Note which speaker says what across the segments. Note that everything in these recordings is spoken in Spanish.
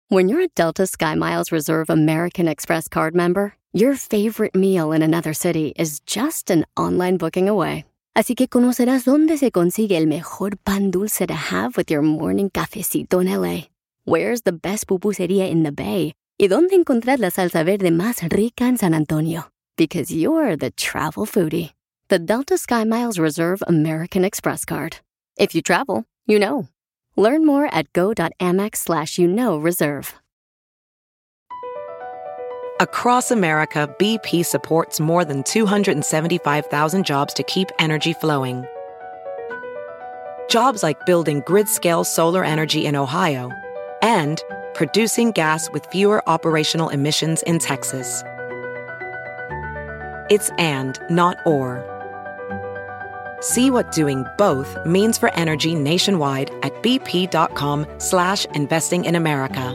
Speaker 1: When you're a Delta SkyMiles Reserve American Express card member, your favorite meal in another city is just an online booking away. Así que conocerás dónde se consigue el mejor pan dulce to have with your morning cafecito en LA. Where's the best pupusería in the Bay? Y dónde encontrar la salsa verde más rica en San Antonio. Because you're the travel foodie. The Delta SkyMiles Reserve American Express card. If you travel, you know. Learn more at go.amex/reserve.
Speaker 2: Across America, BP supports more than 275,000 jobs to keep energy flowing. Jobs like building grid-scale solar energy in Ohio and producing gas with fewer operational emissions in Texas. It's and, not or. See what doing both means for energy nationwide at bp.com/investing in America.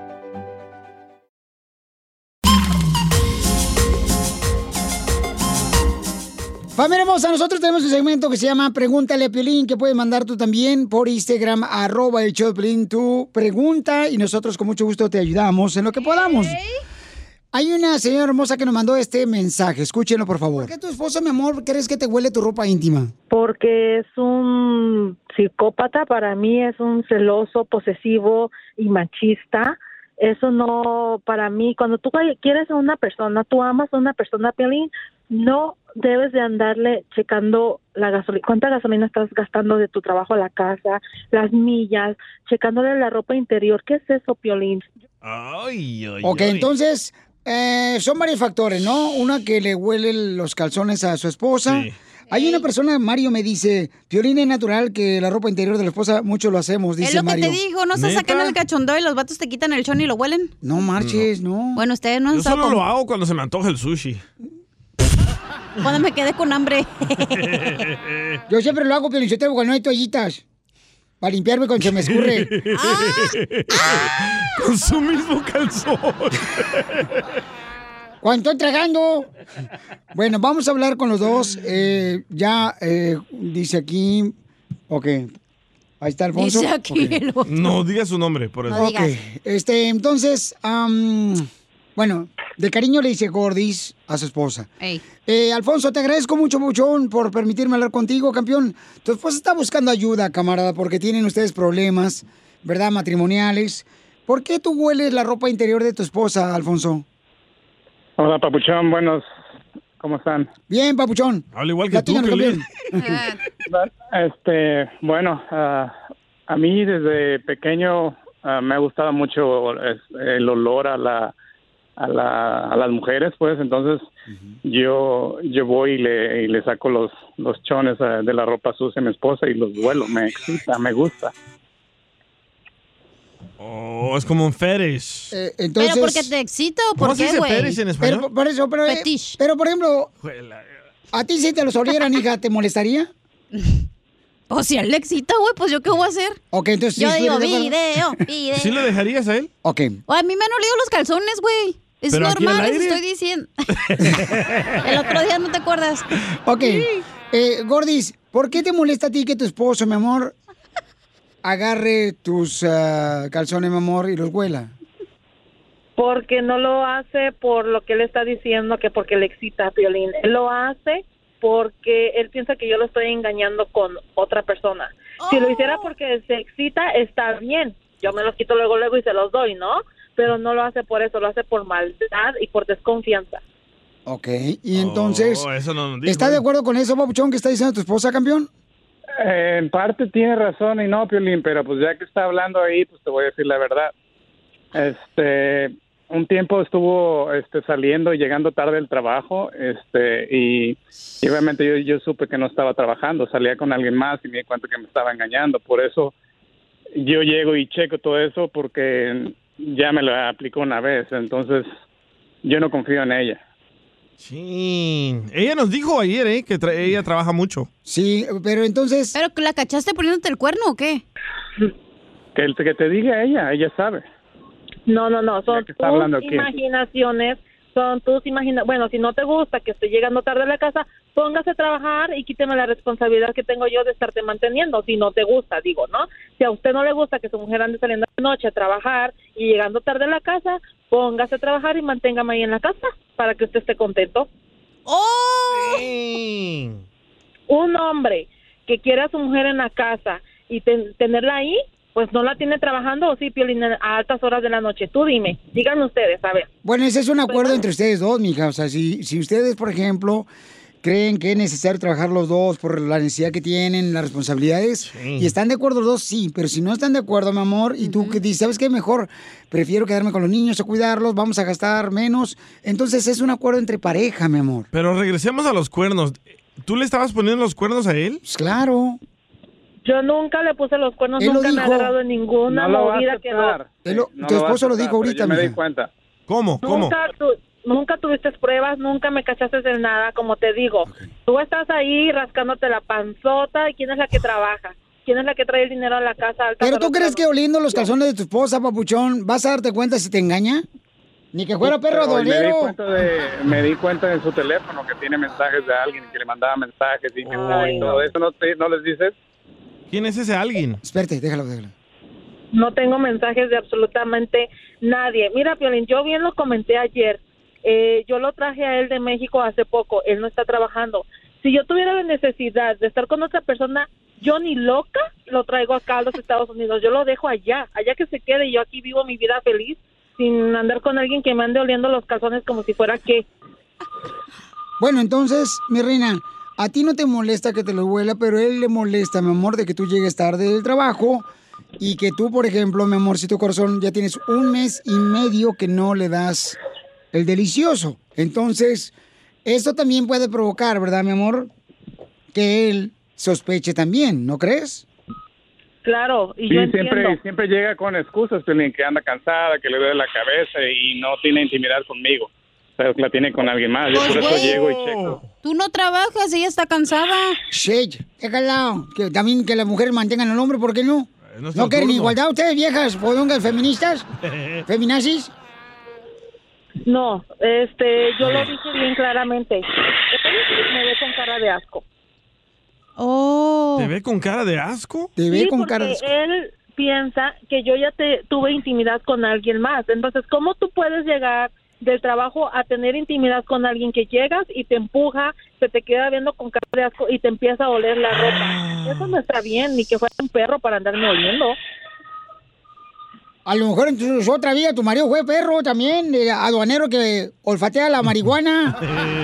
Speaker 3: Familia hermosa, nosotros tenemos un segmento que se llama Pregúntale a Piolín, que puedes mandar tú también por Instagram, @el show de Piolín, tu pregunta, y nosotros con mucho gusto te ayudamos en lo que podamos. Hay una señora hermosa que nos mandó este mensaje, escúchenlo por favor. ¿Por qué tu esposo, mi amor, crees que te huele tu ropa íntima?
Speaker 4: Porque es un psicópata, para mí es un celoso, posesivo y machista. Eso no, para mí, cuando tú quieres a una persona, tú amas a una persona, Piolín, no debes de andarle checando la gasolina, cuánta gasolina estás gastando de tu trabajo a la casa, las millas, checándole la ropa interior. ¿Qué es eso, Piolín?
Speaker 3: Ok, entonces, son varios factores, ¿no? Una que le huele los calzones a su esposa. Sí. Hay una persona, Mario me dice, Piolín, es natural que la ropa interior de la esposa, muchos lo hacemos, dice Mario.
Speaker 5: Es lo que te digo, no se sacan el cachondeo y los vatos te quitan el chon y lo huelen.
Speaker 3: No marches, no.
Speaker 5: Bueno, ustedes no han
Speaker 6: Yo solo lo hago cuando se me antoja el sushi.
Speaker 5: Cuando me quedé con hambre.
Speaker 3: Yo siempre lo hago, Piolín, yo tengo cuando no hay toallitas. Para limpiarme cuando se me escurre.
Speaker 6: Con su mismo calzón.
Speaker 3: Cuando estoy tragando. Bueno, vamos a hablar con los dos. Dice aquí. Ok. Ahí está Alfonso.
Speaker 5: Dice aquí
Speaker 3: okay.
Speaker 6: No diga su nombre, por eso.
Speaker 5: No
Speaker 3: ok. Entonces, bueno, de cariño le dice Gordis a su esposa. Alfonso, te agradezco mucho, Buchón, por permitirme hablar contigo, campeón. Tu esposa está buscando ayuda, camarada, porque tienen ustedes problemas, ¿verdad? Matrimoniales. ¿Por qué tú hueles la ropa interior de tu esposa, Alfonso?
Speaker 7: Hola, Papuchón, buenos, ¿cómo están?
Speaker 3: Bien, Papuchón.
Speaker 6: Habla igual que tú, Piolín.
Speaker 7: Bueno, a mí desde pequeño me ha gustado mucho el olor a las mujeres, pues, entonces yo voy y le saco los chones de la ropa sucia a mi esposa y los huelo, me excita, me gusta.
Speaker 6: Oh, es como un fetish.
Speaker 3: Entonces,
Speaker 5: ¿pero porque te excita o por qué, güey?
Speaker 6: ¿Cómo se dice fetish en español?
Speaker 5: Fetish.
Speaker 3: Pero, por ejemplo, ¿a ti si te los olieran, hija, te molestaría?
Speaker 5: Pues si a él le excita, güey, pues ¿yo qué voy a hacer?
Speaker 3: Ok, entonces...
Speaker 5: Yo digo,
Speaker 3: video.
Speaker 6: ¿Sí lo dejarías a él?
Speaker 3: Ok.
Speaker 5: O a mí me han olido los calzones, güey. Es
Speaker 6: ¿Pero aquí
Speaker 5: normal,
Speaker 6: al
Speaker 5: eso
Speaker 6: aire?
Speaker 5: estoy diciendo. El otro día no te acuerdas.
Speaker 3: Ok. Gordis, ¿por qué te molesta a ti que tu esposo, mi amor, agarre tus calzones, mi amor, y los huela?
Speaker 4: Porque no lo hace por lo que él está diciendo, que porque le excita a Piolín. Él lo hace porque él piensa que yo lo estoy engañando con otra persona. Si lo hiciera porque se excita, está bien. Yo me los quito luego y se los doy, ¿no? Pero no lo hace por eso, lo hace por maldad y por desconfianza.
Speaker 3: Ok, y entonces,
Speaker 6: eso no nos dijo,
Speaker 3: ¿estás de acuerdo con eso, Papuchón, que está diciendo tu esposa, campeón?
Speaker 7: En parte tiene razón y no, Piolín, pero pues ya que está hablando ahí, pues te voy a decir la verdad. Un tiempo estuvo saliendo y llegando tarde del trabajo, y obviamente yo supe que no estaba trabajando, salía con alguien más y me di cuenta que me estaba engañando. Por eso yo llego y checo todo eso porque ya me lo aplicó una vez, entonces yo no confío en ella.
Speaker 6: Sí. Ella nos dijo ayer, que ella trabaja mucho.
Speaker 3: Sí, pero entonces...
Speaker 5: ¿Pero la cachaste poniéndote el cuerno o qué?
Speaker 7: Que te diga ella sabe.
Speaker 4: No, son
Speaker 7: está hablando
Speaker 4: tus imaginaciones Son tus imagina, bueno, si no te gusta que estoy llegando tarde a la casa, póngase a trabajar y quíteme la responsabilidad que tengo yo de estarte manteniendo, si no te gusta, digo, ¿no? Si a usted no le gusta que su mujer ande saliendo de noche a trabajar y llegando tarde a la casa, póngase a trabajar y manténgame ahí en la casa para que usted esté contento.
Speaker 5: ¡Oh!
Speaker 6: Sí.
Speaker 4: Un hombre que quiere a su mujer en la casa y tenerla ahí, pues no la tiene trabajando, o sí, Piolín, a altas horas de la noche. Tú dime, díganme ustedes, a ver.
Speaker 3: Bueno, ese es un acuerdo entre ustedes dos, mija. O sea, si ustedes, por ejemplo, creen que es necesario trabajar los dos por la necesidad que tienen, las responsabilidades, y están de acuerdo los dos, sí. Pero si no están de acuerdo, mi amor, y tú que dices, ¿sabes qué? Mejor prefiero quedarme con los niños o cuidarlos, vamos a gastar menos. Entonces es un acuerdo entre pareja, mi amor.
Speaker 6: Pero regresemos a los cuernos. ¿Tú le estabas poniendo los cuernos a él?
Speaker 3: Pues claro.
Speaker 4: Yo nunca le puse los cuernos,
Speaker 3: Él
Speaker 4: nunca
Speaker 3: lo
Speaker 4: me ha
Speaker 3: dijo.
Speaker 4: agarrado en ninguna movida que no.
Speaker 3: Tu esposo lo dijo ahorita,
Speaker 7: yo me di
Speaker 3: mija.
Speaker 7: cuenta.
Speaker 6: ¿Cómo?
Speaker 4: Nunca tuviste pruebas, nunca me cachaste de nada, como te digo. Tú estás ahí rascándote la panzota, ¿y quién es la que trabaja? ¿Quién es la que trae el dinero a la casa?
Speaker 3: ¿Pero tú crees que oliendo los calzones de tu esposa, papuchón, vas a darte cuenta si te engaña? Ni que fuera perro
Speaker 7: Pero
Speaker 3: dolero.
Speaker 7: me di cuenta en su teléfono que tiene mensajes de alguien que le mandaba mensajes y todo eso. ¿No les dices?
Speaker 6: ¿Quién es ese alguien?
Speaker 3: Espérate, déjalo.
Speaker 4: No tengo mensajes de absolutamente nadie. Mira, Piolín, yo bien lo comenté ayer. Yo lo traje a él de México hace poco. Él no está trabajando. Si yo tuviera la necesidad de estar con otra persona, yo ni loca lo traigo acá a los Estados Unidos. Yo lo dejo allá que se quede, y yo aquí vivo mi vida feliz sin andar con alguien que me ande oliendo los calzones como si fuera qué.
Speaker 3: Bueno, entonces, mi reina, a ti no te molesta que te lo huela, pero a él le molesta, mi amor, de que tú llegues tarde del trabajo y que tú, por ejemplo, mi amorcito corazón, ya tienes 1 mes y medio que no le das el delicioso. Entonces, esto también puede provocar, ¿verdad, mi amor? Que él sospeche también, ¿no crees?
Speaker 4: Claro, y
Speaker 7: Sí,
Speaker 4: yo entiendo.
Speaker 7: siempre llega con excusas, Piolín, que anda cansada, que le duele la cabeza y no tiene intimidad conmigo. Pero la tiene con alguien más. Yo
Speaker 5: Pues,
Speaker 7: por eso
Speaker 5: güey.
Speaker 7: llego y checo.
Speaker 5: Tú no trabajas, ella está cansada.
Speaker 3: Shade, déjala. Que también que las mujeres mantengan al hombre, ¿por qué no?
Speaker 6: nuestro
Speaker 3: ¿No quieren
Speaker 6: turno.
Speaker 3: igualdad ustedes, viejas podongas feministas? ¿Feminazis?
Speaker 4: No, yo lo dije bien claramente. Él me ve con cara de asco.
Speaker 5: Oh.
Speaker 6: ¿Te ve con cara de asco?
Speaker 3: Te ve
Speaker 4: Sí,
Speaker 3: con
Speaker 4: porque
Speaker 3: cara de asco.
Speaker 4: él piensa que yo ya tuve intimidad con alguien más. Entonces, ¿cómo tú puedes llegar del trabajo a tener intimidad con alguien que llegas y te empuja, se te queda viendo con cara de asco y te empieza a oler la ropa? Eso no está bien, ni que fuera un perro para andarme oliendo.
Speaker 3: A lo mejor en tu otra vida tu marido fue perro también, aduanero que olfatea la marihuana.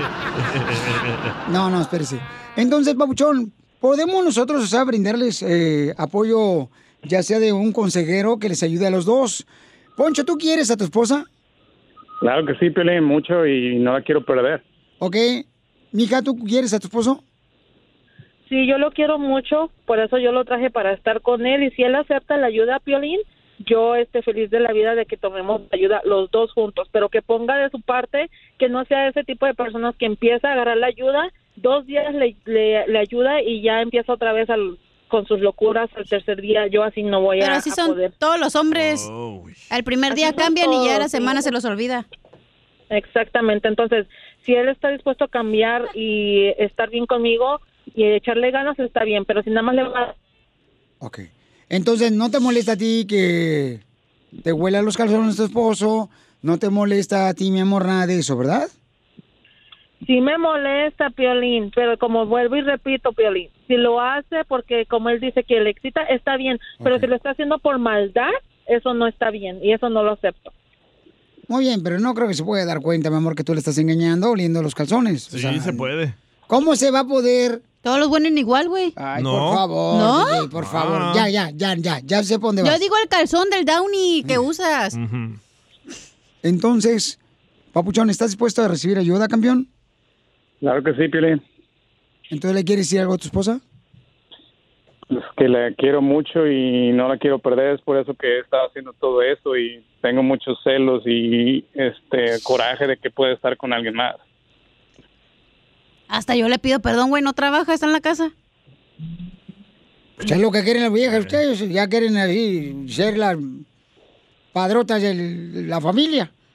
Speaker 3: No, espérese. Entonces, papuchón, ¿podemos nosotros, o sea, brindarles apoyo, ya sea de un consejero que les ayude a los dos? Poncho, ¿tú quieres a tu esposa?
Speaker 7: Claro que sí, Piolín, mucho y no la quiero perder.
Speaker 3: Ok. Mija, ¿tú quieres a tu esposo?
Speaker 4: Sí, yo lo quiero mucho, por eso yo lo traje para estar con él, y si él acepta la ayuda, Piolín, yo feliz de la vida de que tomemos ayuda los dos juntos, pero que ponga de su parte, que no sea ese tipo de personas que empieza a agarrar la ayuda, 2 días le ayuda y ya empieza otra vez con sus locuras al tercer día. Yo así no voy
Speaker 5: Pero
Speaker 4: a
Speaker 5: así son
Speaker 4: poder.
Speaker 5: todos los hombres. Al primer día
Speaker 4: Así son
Speaker 5: cambian y ya a la
Speaker 4: todos,
Speaker 5: semana
Speaker 4: sí.
Speaker 5: se los olvida.
Speaker 4: Exactamente, entonces, si él está dispuesto a cambiar y estar bien conmigo y echarle ganas, está bien, pero si nada más le va...
Speaker 3: Ok. Entonces, ¿no te molesta a ti que te huela los calzones tu esposo? ¿No te molesta a ti, mi amor, nada de eso, verdad?
Speaker 4: Sí me molesta, Piolín, pero como vuelvo y repito, Piolín, si lo hace porque como él dice que le excita, está bien, pero si lo está haciendo por maldad, eso no está bien y eso no lo acepto.
Speaker 3: Muy bien, pero no creo que se pueda dar cuenta, mi amor, que tú le estás engañando oliendo los calzones.
Speaker 6: Sí, se puede.
Speaker 3: ¿Cómo se va a poder?
Speaker 5: Todos los huelen igual, güey.
Speaker 3: Ay,
Speaker 6: No.
Speaker 3: por favor,
Speaker 5: ¿No?
Speaker 3: DJ, por favor.
Speaker 6: Ah.
Speaker 3: Ya sé por dónde vas.
Speaker 5: Yo digo el calzón del Downy que usas.
Speaker 3: Entonces, papuchón, ¿estás dispuesto a recibir ayuda, campeón?
Speaker 7: Claro que sí, Piolín.
Speaker 3: ¿Entonces le quieres decir algo a tu esposa?
Speaker 7: Es que la quiero mucho y no la quiero perder, es por eso que he estado haciendo todo eso y tengo muchos celos y coraje de que puede estar con alguien más.
Speaker 5: Hasta yo le pido perdón, güey, no trabaja, está en la casa.
Speaker 3: Pues es lo que quieren las viejas ustedes, ya quieren así ser las padrotas de la familia.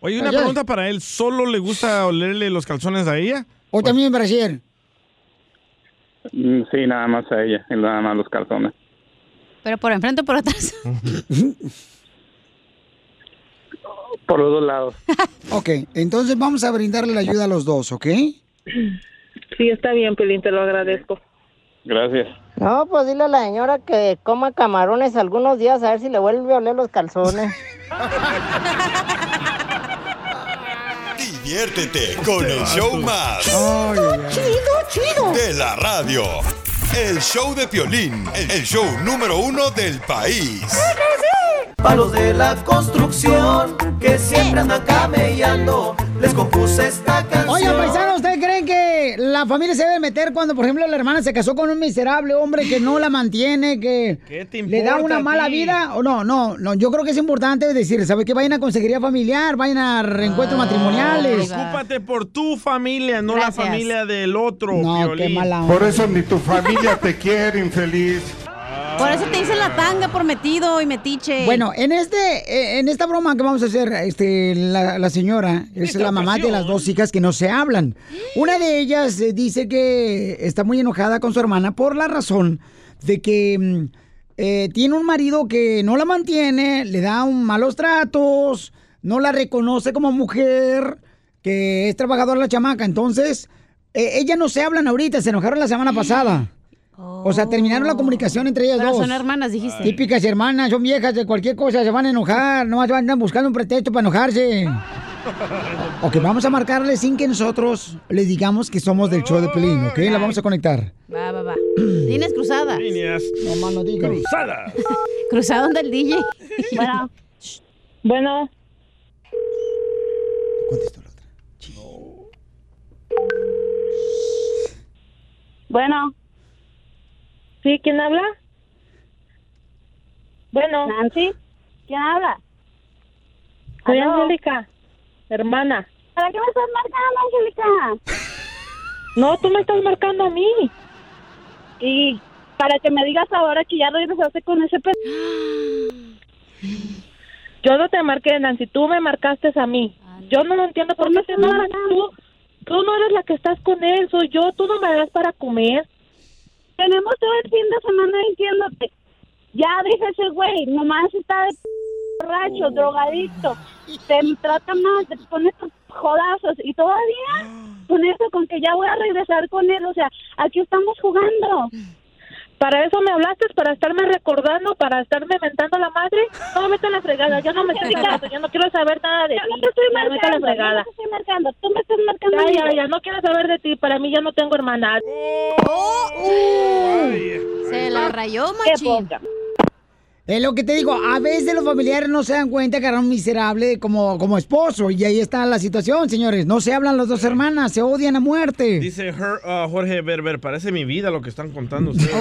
Speaker 6: Oye, una pregunta para él. ¿Solo le gusta olerle los calzones a ella?
Speaker 3: ¿O también en Brasil?
Speaker 7: Sí, nada más a ella, y nada más los calzones.
Speaker 5: ¿Pero por enfrente o por atrás?
Speaker 7: Por los dos lados.
Speaker 3: Ok, entonces vamos a brindarle la ayuda a los dos, ¿ok?
Speaker 4: Sí, está bien, Pelín, te lo agradezco.
Speaker 7: Gracias.
Speaker 8: No, pues dile a la señora que coma camarones algunos días a ver si le vuelve a oler los calzones.
Speaker 9: Diviértete con el show más
Speaker 8: chido
Speaker 9: de la radio. El show de Piolín, el show número 1 del país.
Speaker 10: Palos de la construcción que siempre andan camellando, les compuse esta canción.
Speaker 3: Oigan, paisanos, ¿ustedes creen que la familia se debe meter cuando, por ejemplo, la hermana se casó con un miserable hombre que no la mantiene, que le da una mala vida? O no, yo creo que es importante decir, ¿sabes qué? Vayan a consejería familiar, vayan a reencuentros matrimoniales.
Speaker 6: Preocúpate por tu familia, no la familia del otro.
Speaker 3: No,
Speaker 6: Piolín.
Speaker 3: qué mala.
Speaker 11: Por eso ni tu familia te quiere, infeliz.
Speaker 5: Por eso te dicen la tanga por metido y metiche.
Speaker 3: Bueno, en esta broma que vamos a hacer, la señora es la mamá de las dos hijas que no se hablan. Una de ellas dice que está muy enojada con su hermana por la razón de que tiene un marido que no la mantiene, le da malos tratos, no la reconoce como mujer, que es trabajadora la chamaca. Entonces, ellas no se hablan ahorita, se enojaron la semana pasada. O sea, terminaron la comunicación entre ellas dos.
Speaker 5: Son hermanas, dijiste.
Speaker 3: Típicas hermanas, son viejas de cualquier cosa, se van a enojar, nomás andan buscando un pretexto para enojarse. Ok, vamos a marcarle sin que nosotros les digamos que somos del show de Pelín, ¿ok? La vamos a conectar.
Speaker 5: Va. Líneas cruzadas.
Speaker 3: No más no digas.
Speaker 6: Cruzadas.
Speaker 5: Cruzado del DJ.
Speaker 4: Bueno.
Speaker 3: Contestó la otra.
Speaker 4: Bueno. ¿Sí? ¿Quién habla? Bueno.
Speaker 12: Nancy, ¿quién habla?
Speaker 4: Soy Angélica, hermana.
Speaker 12: ¿Para qué me estás marcando, Angélica?
Speaker 4: No, tú me estás marcando a mí.
Speaker 12: Y para que me digas ahora que ya regresaste con ese
Speaker 4: Yo no te marqué, Nancy, tú me marcaste a mí. Yo no lo entiendo por qué te marcas tú no eres la que estás con él, soy yo. Tú no me das para comer.
Speaker 12: Tenemos todo el fin de semana diciéndote. Ya dije ese güey, nomás está de borracho, drogadicto. Te trata mal, te pone estos jodazos. Y todavía con eso, con que ya voy a regresar con él. O sea, aquí estamos jugando.
Speaker 4: ¿Para eso me hablaste? ¿Para estarme recordando? ¿Para estarme mentando la madre? No, vete a la fregada, ya no me estoy marcando, yo no quiero saber nada de ti.
Speaker 12: No te estoy marcando,
Speaker 4: vete a la fregada.
Speaker 12: no te estoy marcando, tú me estás marcando.
Speaker 4: Ya, no quiero saber de ti, para mí ya no tengo hermana.
Speaker 5: Se la rayó, machín.
Speaker 3: Es lo que te digo, a veces los familiares no se dan cuenta que era un miserable como esposo. Y ahí está la situación, señores. No se hablan las dos hermanas, se odian a muerte.
Speaker 6: Dice Jorge Berber, parece mi vida lo que están contando ustedes.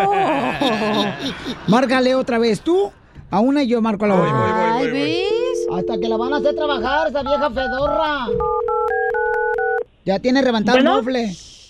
Speaker 3: Márcale otra vez tú a una y yo marco a la otra.
Speaker 5: Ay, ¿ves?
Speaker 3: Hasta que la van a hacer trabajar, esa vieja fedorra. Ya tiene levantado el mofle.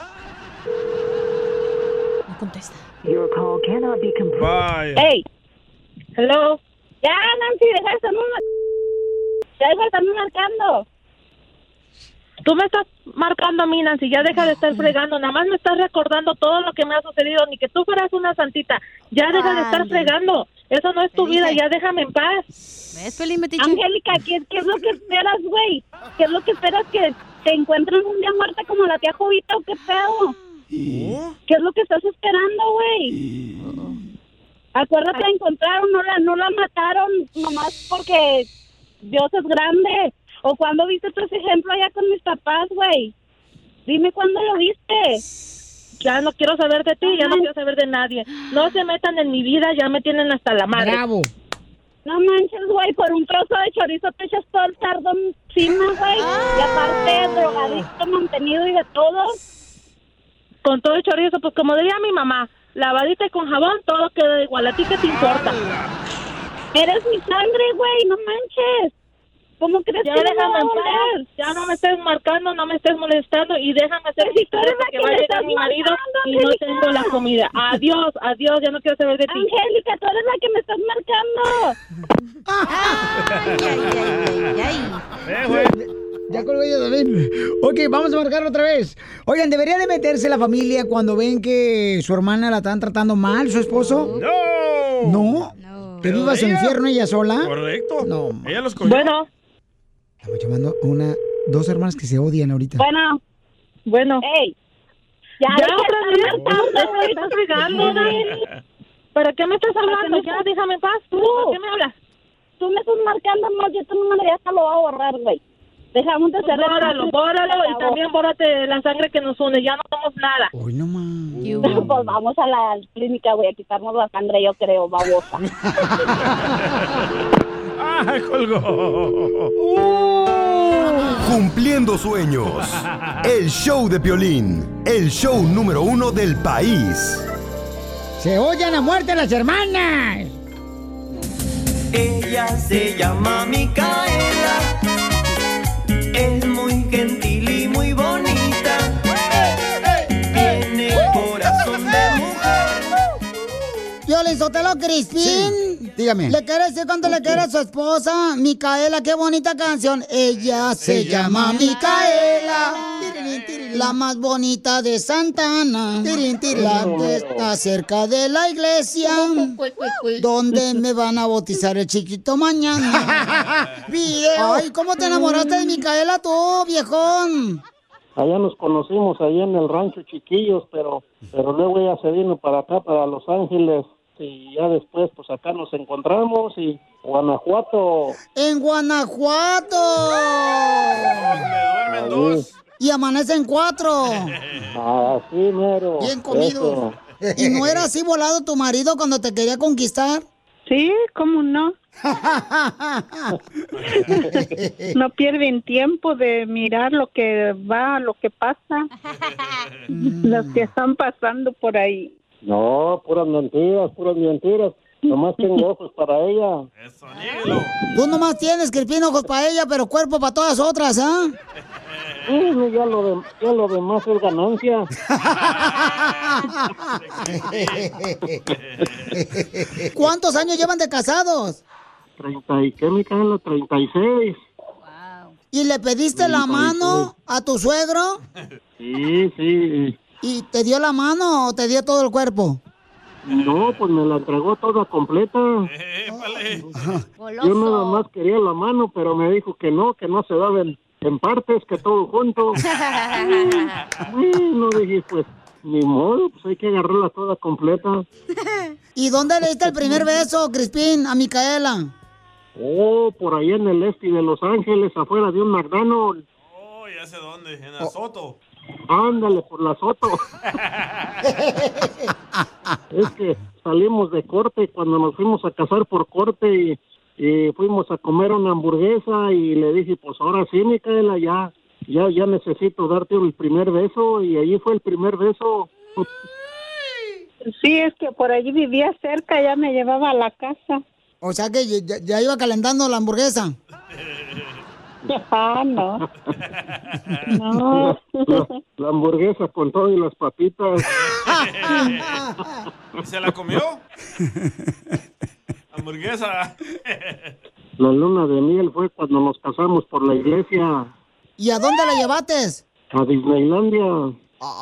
Speaker 5: No contesta.
Speaker 4: Your call cannot be completed.
Speaker 6: Bye.
Speaker 12: Hey.
Speaker 4: Hello.
Speaker 12: Ya, Nancy, deja de estarme marcando.
Speaker 4: Tú me estás marcando a mí, Nancy, ya deja de estar fregando, nada más me estás recordando todo lo que me ha sucedido, ni que tú fueras una santita, ya deja de estar fregando, eso no es tu vida, ya déjame en paz.
Speaker 5: ¿Ves, Pelín, metiche?
Speaker 12: Angélica, ¿qué es lo que esperas, güey? ¿Qué es lo que esperas, que te encuentren un día muerta como la tía Jovita o qué pedo? ¿Qué es lo que estás esperando, güey? Acuérdate, la encontraron, no la mataron nomás porque Dios es grande. ¿O cuándo viste tú ese ejemplo allá con mis papás, güey? Dime cuándo lo viste.
Speaker 4: Ya no quiero saber de ti, ya no quiero saber de nadie. No se metan en mi vida, ya me tienen hasta la madre.
Speaker 3: Bravo.
Speaker 12: No manches, güey, por un trozo de chorizo te echas todo el sardo encima, güey. Y aparte, drogadicto, mantenido y de todo.
Speaker 4: Con todo el chorizo, pues como diría mi mamá, lavadita y con jabón, todo queda igual. ¿A ti qué te importa?
Speaker 12: Eres mi sangre, güey, no manches. ¿Cómo crees
Speaker 4: ya
Speaker 12: que
Speaker 4: déjame en paz? Ya no me estés marcando, no me estés molestando y déjame hacer mi tarea porque va a llegar mi marido y no tengo la comida. Adiós, ya no quiero saber de ti.
Speaker 12: Angélica, tú eres la que me estás marcando.
Speaker 5: Ay.
Speaker 3: Ya colgó ella también. Ok, vamos a marcarlo otra vez. Oigan, ¿debería de meterse la familia cuando ven que su hermana la están tratando mal, su esposo?
Speaker 6: ¡No!
Speaker 3: ¿No? ¿Que viva su infierno ella sola?
Speaker 6: Correcto.
Speaker 3: No.
Speaker 6: Ella los cogió.
Speaker 4: Bueno.
Speaker 3: Estamos llamando a dos hermanas que se odian ahorita.
Speaker 4: Bueno.
Speaker 12: ¡Ey!
Speaker 4: Ya me estás regando, ¿Para qué me estás hablando? Ya, déjame en paz. ¿Para qué me hablas?
Speaker 12: Tú me estás marcando mal, yo tu número ya te lo voy a borrar, güey. Dejamos de ser...
Speaker 4: Bórralo, y también bórrate la sangre que nos une, ya no somos nada.
Speaker 3: Uy, no más.
Speaker 12: Pues vamos a la clínica, güey, a quitarnos la sangre, yo creo, babosa.
Speaker 6: ¡Ah, colgó!
Speaker 9: Cumpliendo sueños. El show de Piolín, el show número 1 del país.
Speaker 3: ¡Se oyen a muerte las hermanas!
Speaker 10: Ella se llama Micaela, es muy gentil y muy bonita, tiene corazón de mujer.
Speaker 3: Piolín Sotelo, Crispín.
Speaker 9: Sí,
Speaker 3: dígame. ¿Le quiere decir cuánto le quiere a su esposa? Micaela, qué bonita canción. Ella se llama Micaela, la más bonita de Santana, la que está cerca de la iglesia, donde me van a bautizar el chiquito mañana. Ay, ¿cómo te enamoraste de Micaela tú, viejón?
Speaker 13: Allá nos conocimos, allá en el rancho Chiquillos, pero luego ella se vino para acá, para Los Ángeles, y ya después, pues acá nos encontramos, y Guanajuato.
Speaker 3: ¡En Guanajuato!
Speaker 6: ¿Dónde duermen dos?
Speaker 3: Y amanecen 4.
Speaker 13: Así mero.
Speaker 3: Bien comido. ¿Y no era así volado tu marido cuando te quería conquistar?
Speaker 14: Sí, ¿cómo no? No pierden tiempo de mirar lo que va, lo que pasa. Los que están pasando por ahí.
Speaker 13: No, puras mentiras, Nomás tengo ojos para ella.
Speaker 6: Eso, níguelo.
Speaker 3: Tú nomás tienes, Crispín, ojos para ella, pero cuerpo para todas otras, ¿ah?
Speaker 13: Ya lo demás es ganancia.
Speaker 3: ¿Cuántos años llevan de casados?
Speaker 13: 30 y qué, Micaela, 36.
Speaker 3: ¿Y le pediste la mano a tu suegro?
Speaker 13: Sí.
Speaker 3: ¿Y te dio la mano o te dio todo el cuerpo?
Speaker 13: No, pues me la entregó toda completa. Yo nada más quería la mano, pero me dijo que no se daba en partes, que todo junto. No dije, pues, ni modo, pues hay que agarrarla toda completa.
Speaker 3: ¿Y dónde le diste el primer beso, Crispín, a Micaela?
Speaker 13: Oh, por ahí en el este de Los Ángeles, afuera de un McDonald's.
Speaker 6: Oh, ya sé dónde, en la Soto.
Speaker 13: Ándale, por la Soto. Es que salimos de corte cuando nos fuimos a casar por corte y fuimos a comer una hamburguesa y le dije, pues ahora sí, Micaela, ya necesito darte el primer beso, y allí fue el primer beso.
Speaker 14: Sí, es que por allí vivía cerca, ya me llevaba a la casa.
Speaker 3: O sea que ya iba calentando la hamburguesa.
Speaker 14: Ah, no. No.
Speaker 13: La hamburguesa con todo y las papitas.
Speaker 6: ¿Y se la comió? Hamburguesa.
Speaker 13: La luna de miel fue cuando nos casamos por la iglesia.
Speaker 3: ¿Y a dónde la llevaste?
Speaker 13: A Disneylandia.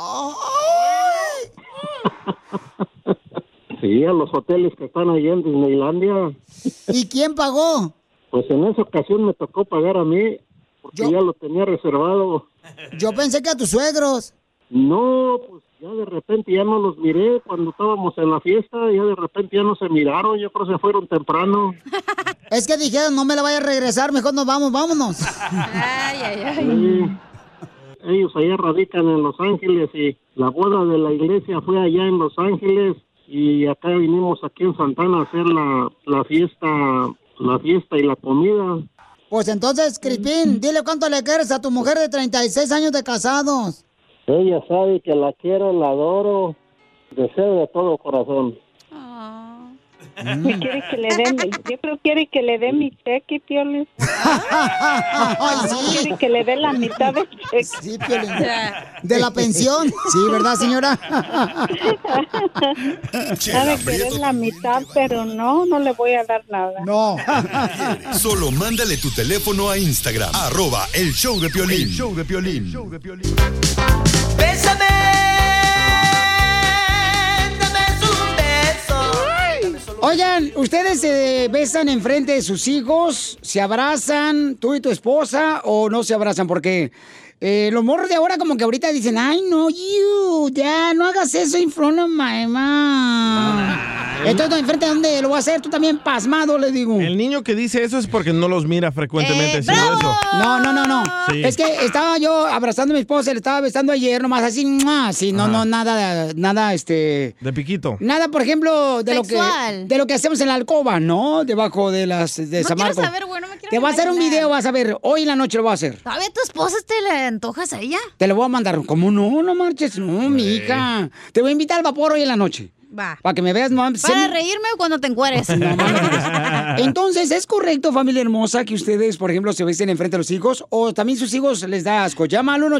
Speaker 13: Sí, a los hoteles que están allí en Disneylandia.
Speaker 3: ¿Y quién pagó?
Speaker 13: Pues en esa ocasión me tocó pagar a mí, porque ya lo tenía reservado.
Speaker 3: Yo pensé que a tus suegros.
Speaker 13: No, pues ya de repente ya no los miré cuando estábamos en la fiesta, ya de repente ya no se miraron, yo creo que se fueron temprano.
Speaker 3: Es que dijeron, no me la vaya a regresar, mejor nos vamos, vámonos.
Speaker 13: Sí. Ellos allá radican en Los Ángeles y la boda de la iglesia fue allá en Los Ángeles y acá vinimos aquí en Santana a hacer la fiesta y la comida.
Speaker 3: Pues entonces, Crispín, dile cuánto le quieres a tu mujer de 36 años de casados.
Speaker 13: Ella sabe que la quiero, la adoro, deseo de todo corazón.
Speaker 14: Me quiere que le den, yo creo que quiere que le dé mi cheque, Piolín. Quiere que le dé la mitad del cheque.
Speaker 3: Sí, Piolín. De la pensión. Sí, ¿verdad, señora?
Speaker 14: Sabe que es la mitad, pero no le voy a dar nada.
Speaker 3: No.
Speaker 9: Solo mándale tu teléfono a Instagram, @elshowdepiolín. El show de Piolín.
Speaker 10: Bésame.
Speaker 3: Oigan, ¿ustedes se besan enfrente de sus hijos? ¿Se abrazan tú y tu esposa o no se abrazan? Porque los morros de ahora como que ahorita dicen, ay, no, ya, no hagas eso in front of my mom. Entonces, ¿enfrente de dónde lo voy a hacer? Tú también pasmado, le digo.
Speaker 6: El niño que dice eso es porque no los mira frecuentemente haciendo eso.
Speaker 3: No.
Speaker 6: Sí.
Speaker 3: Es que estaba yo abrazando a mi esposa, le estaba besando ayer, nomás así, sí, no, nada,
Speaker 6: de piquito.
Speaker 3: Nada, por ejemplo, de
Speaker 5: Sexual.
Speaker 3: lo que hacemos en la alcoba, ¿no? Debajo de las de San Marcos.
Speaker 5: saber, güey, no me quiero
Speaker 3: Te voy a hacer un
Speaker 5: imaginar.
Speaker 3: video, vas a ver. Hoy en la noche lo voy a hacer.
Speaker 5: ¿Todavía tu esposa te le antojas a ella?
Speaker 3: Te lo voy a mandar. ¿Cómo no? No marches. No, mi hija. Te voy a invitar al vapor hoy en la noche.
Speaker 5: Va.
Speaker 3: Para que me veas. No,
Speaker 5: Para reírme cuando te encueres.
Speaker 3: Entonces, ¿es correcto, familia hermosa, que ustedes, por ejemplo, se besen enfrente de los hijos? ¿O también sus hijos les da asco? Llama al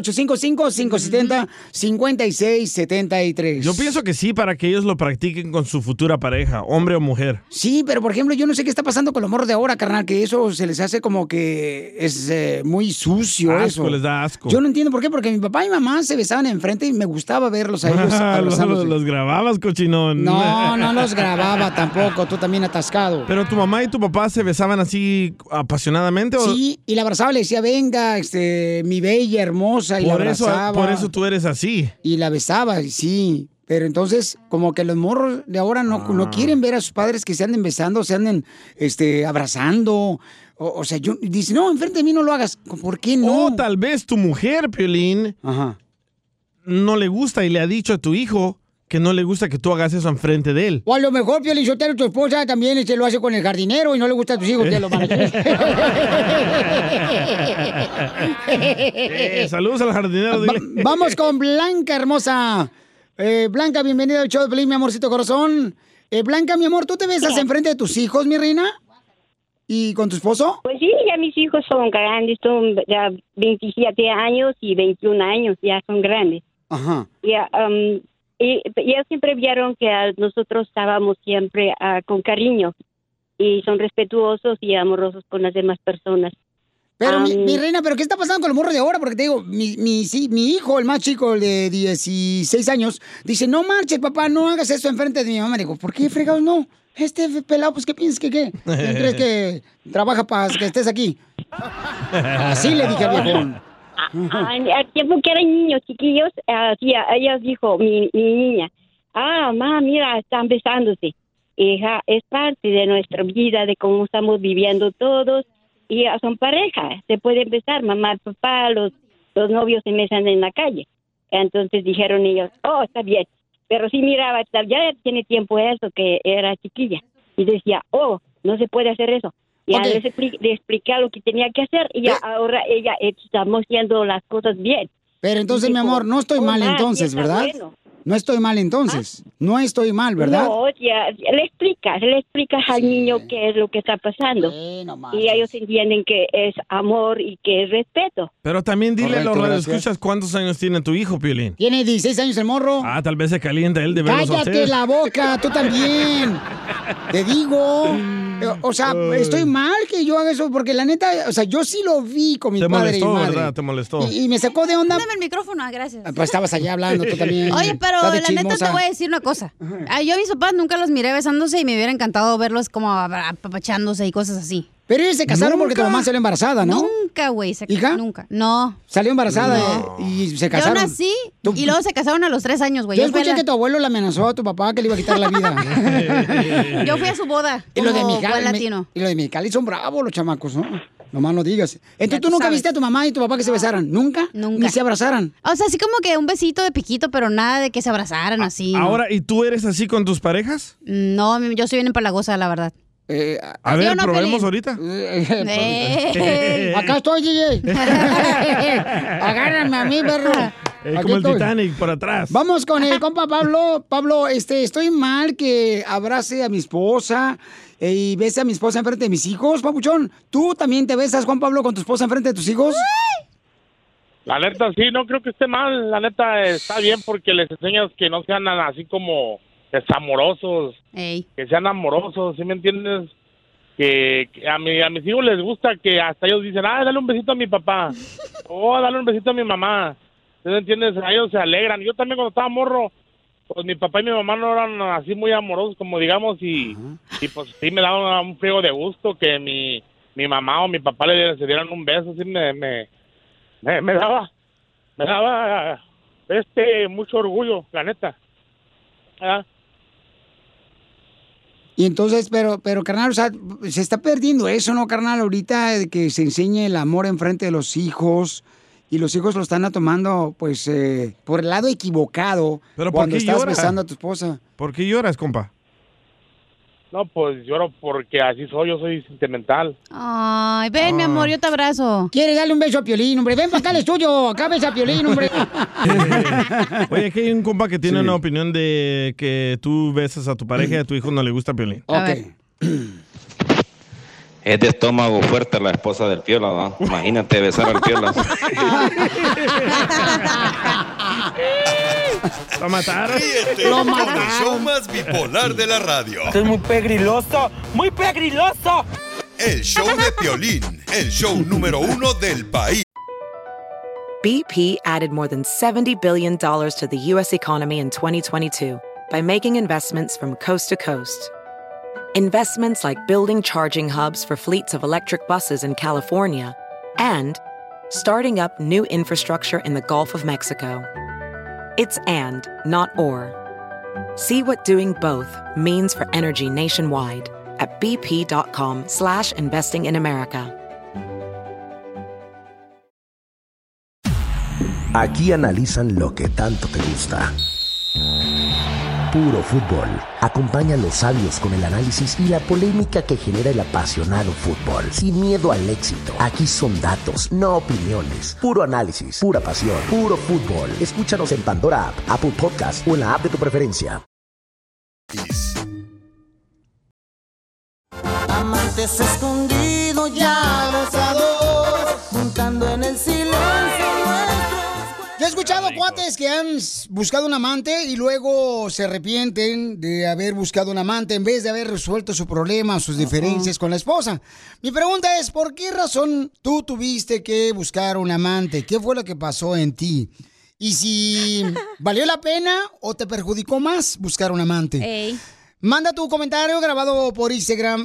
Speaker 3: 1-855-570-5673.
Speaker 6: Yo pienso que sí, para que ellos lo practiquen con su futura pareja, hombre o mujer.
Speaker 3: Sí, pero por ejemplo, yo no sé qué está pasando con los morros de ahora, carnal, que eso se les hace como que es muy sucio.
Speaker 6: Asco,
Speaker 3: eso
Speaker 6: les da asco.
Speaker 3: Yo no entiendo por qué, porque mi papá y mamá se besaban enfrente y me gustaba verlos a ellos abrazándose.
Speaker 6: Los grababas, cochinón.
Speaker 3: No los grababa tampoco, tú también atascado.
Speaker 6: ¿Pero tu mamá y tu papá se besaban así apasionadamente? ¿O?
Speaker 3: Sí, y la abrazaba, le decía, venga, mi bella, hermosa, y la abrazaba.
Speaker 6: Por eso tú eres así.
Speaker 3: Y la besaba, sí. Pero entonces, como que los morros de ahora no quieren ver a sus padres que se anden besando, se anden abrazando. O sea, dice, no, enfrente de mí no lo hagas. ¿Por qué no?
Speaker 6: O tal vez tu mujer, Piolín, no le gusta y le ha dicho a tu hijo que no le gusta que tú hagas eso enfrente de él.
Speaker 3: O a lo mejor, Piolín Sotelo, tu esposa también lo hace con el jardinero y no le gusta a tus hijos que lo van a hacer.
Speaker 6: Saludos al jardinero.
Speaker 3: Vamos con Blanca, hermosa. Blanca, bienvenida al show de Piolín, mi amorcito corazón. Blanca, mi amor, ¿tú te besas enfrente de tus hijos, mi reina? ¿Y con tu esposo?
Speaker 15: Pues sí, ya mis hijos son grandes, son ya 27 años y 21 años, ya son grandes.
Speaker 3: Ajá.
Speaker 15: Ya, y ellos siempre vieron que nosotros estábamos siempre con cariño y son respetuosos y amorosos con las demás personas.
Speaker 3: Pero mi reina, ¿pero qué está pasando con el morro de ahora? Porque te digo, mi hijo, el más chico, el de 16 años, dice, no marches, papá, no hagas eso enfrente de mi mamá. Digo, ¿por qué fregados no? Pelado, pues, ¿qué piensas que qué? ¿Crees que trabaja para que estés aquí? Así le dije al viejón.
Speaker 15: Al tiempo que eran niños chiquillos, ella dijo, mi niña, mamá, mira, están besándose. Hija, es parte de nuestra vida, de cómo estamos viviendo todos, y son pareja, se pueden besar, mamá, papá, los novios se besan en la calle. Entonces dijeron ellos, está bien, pero sí miraba, ya tiene tiempo eso, que era chiquilla, y decía, no se puede hacer eso. Ya le expliqué lo que tenía que hacer y ya ahora ella estamos haciendo las cosas bien.
Speaker 3: Pero entonces, mi amor, no estoy mal entonces, ¿verdad? Bueno. No estoy mal entonces. No estoy mal, ¿verdad?
Speaker 15: No, ya le explicas al niño qué es lo que está pasando. Y ellos entienden que es amor y que es respeto.
Speaker 6: Pero también dile a los radioescuchas cuántos años tiene tu hijo, Piolín.
Speaker 3: Tiene 16 años el morro.
Speaker 6: Tal vez se calienta él de verlos a
Speaker 3: ¡Cállate la boca! ¡Tú también! Te digo... O sea, estoy mal que yo haga eso, porque la neta, o sea, yo sí lo vi con mi padre y madre.
Speaker 6: Te molestó, ¿verdad? Te molestó.
Speaker 3: Y me sacó de onda.
Speaker 5: Dame el micrófono, gracias.
Speaker 3: Pues estabas allá hablando tú también.
Speaker 5: Oye, pero la neta te voy a decir una cosa. Yo a mis papás nunca los miré besándose y me hubiera encantado verlos como apapachándose y cosas así.
Speaker 3: Pero ellos se casaron porque tu mamá salió embarazada, ¿no?
Speaker 5: Nunca, güey.
Speaker 3: ¿Hija?
Speaker 5: Nunca. No.
Speaker 3: Salió embarazada y se casaron.
Speaker 5: Yo nací y luego se casaron a los 3 años, güey.
Speaker 3: Yo escuché que tu abuelo le amenazó a tu papá que le iba a quitar la vida.
Speaker 5: Yo fui a su boda.
Speaker 3: Y lo de
Speaker 5: buen latino.
Speaker 3: Y lo de Mexicali son bravos los chamacos, ¿no? Nomás no digas. Entonces tú nunca viste a tu mamá y tu papá que se besaran. ¿Nunca?
Speaker 5: Nunca.
Speaker 3: Ni se abrazaran.
Speaker 5: O sea, así como que un besito de piquito, pero nada de que se abrazaran así.
Speaker 6: Ahora, ¿y tú eres así con tus parejas?
Speaker 5: No, yo soy bien empalagosa, la verdad.
Speaker 6: A ver, probemos ahorita.
Speaker 3: Acá estoy, DJ. Agárrame a mí, perro.
Speaker 6: Como el Titanic por atrás.
Speaker 3: Vamos con el compa Pablo. Pablo, estoy mal que abrace a mi esposa y bese a mi esposa enfrente de mis hijos, papuchón. ¿Tú también te besas, Juan Pablo, con tu esposa enfrente de tus hijos?
Speaker 16: La neta, sí, no creo que esté mal. La neta, está bien porque les enseñas que no sean así como desamorosos.
Speaker 5: Ey.
Speaker 16: Que sean amorosos, ¿sí me entiendes? Que a mis hijos les gusta que hasta ellos dicen, dale un besito a mi papá. O dale un besito a mi mamá. ¿Sí me entiendes? A ellos se alegran. Yo también cuando estaba morro, pues mi papá y mi mamá no eran así muy amorosos como digamos y pues sí me daba un friego de gusto que mi mamá o mi papá se dieran un beso. Sí me daba mucho orgullo, la neta.
Speaker 3: Y entonces, pero carnal, o sea, se está perdiendo eso, ¿no, carnal? Ahorita de que se enseñe el amor enfrente de los hijos y los hijos lo están tomando, pues, por el lado equivocado.
Speaker 6: ¿Pero
Speaker 3: cuando
Speaker 6: por qué
Speaker 3: estás
Speaker 6: llora?
Speaker 3: besando a tu esposa.
Speaker 6: ¿Por qué lloras, compa?
Speaker 16: No, pues lloro porque así soy, yo soy sentimental.
Speaker 5: Ay, ven, mi amor, yo te abrazo.
Speaker 3: ¿Quieres darle un beso a Piolín, hombre? Ven para acá, es tuyo. Acá besa a Piolín, hombre.
Speaker 6: Oye, aquí hay un compa que tiene una opinión de que tú besas a tu pareja y a tu hijo no le gusta Piolín.
Speaker 3: Ok.
Speaker 17: Es de estómago fuerte la esposa del Piola, ¿no? Imagínate besar al Piola.
Speaker 6: ¿Lo mataron?
Speaker 9: Ríete con el show más bipolar de la radio.
Speaker 18: Esto es muy pegriloso, muy pegriloso.
Speaker 9: El show de Piolín, el show número 1 del país.
Speaker 2: BP added more than $70 billion to the U.S. economy in 2022 by making investments from coast to coast. Investments like building charging hubs for fleets of electric buses in California and starting up new infrastructure in the Gulf of Mexico. It's and, not or. See what doing both means for energy nationwide at bp.com/investing in America.
Speaker 19: Aquí analizan lo que tanto te gusta. Puro fútbol. Acompaña a los sabios con el análisis y la polémica que genera el apasionado fútbol. Sin miedo al éxito. Aquí son datos, no opiniones. Puro análisis, pura pasión, puro fútbol. Escúchanos en Pandora App, Apple Podcast o en la app de tu preferencia.
Speaker 10: Amantes escondidos ya abrazados, juntando en el silencio nuestros.
Speaker 3: Yo he escuchado cuates que han buscado un amante y luego se arrepienten de haber buscado un amante en vez de haber resuelto su problema, sus diferencias con la esposa. Mi pregunta es, ¿por qué razón tú tuviste que buscar un amante? ¿Qué fue lo que pasó en ti? Y si valió la pena o te perjudicó más buscar un amante.
Speaker 5: Ey.
Speaker 3: Manda tu comentario grabado por Instagram,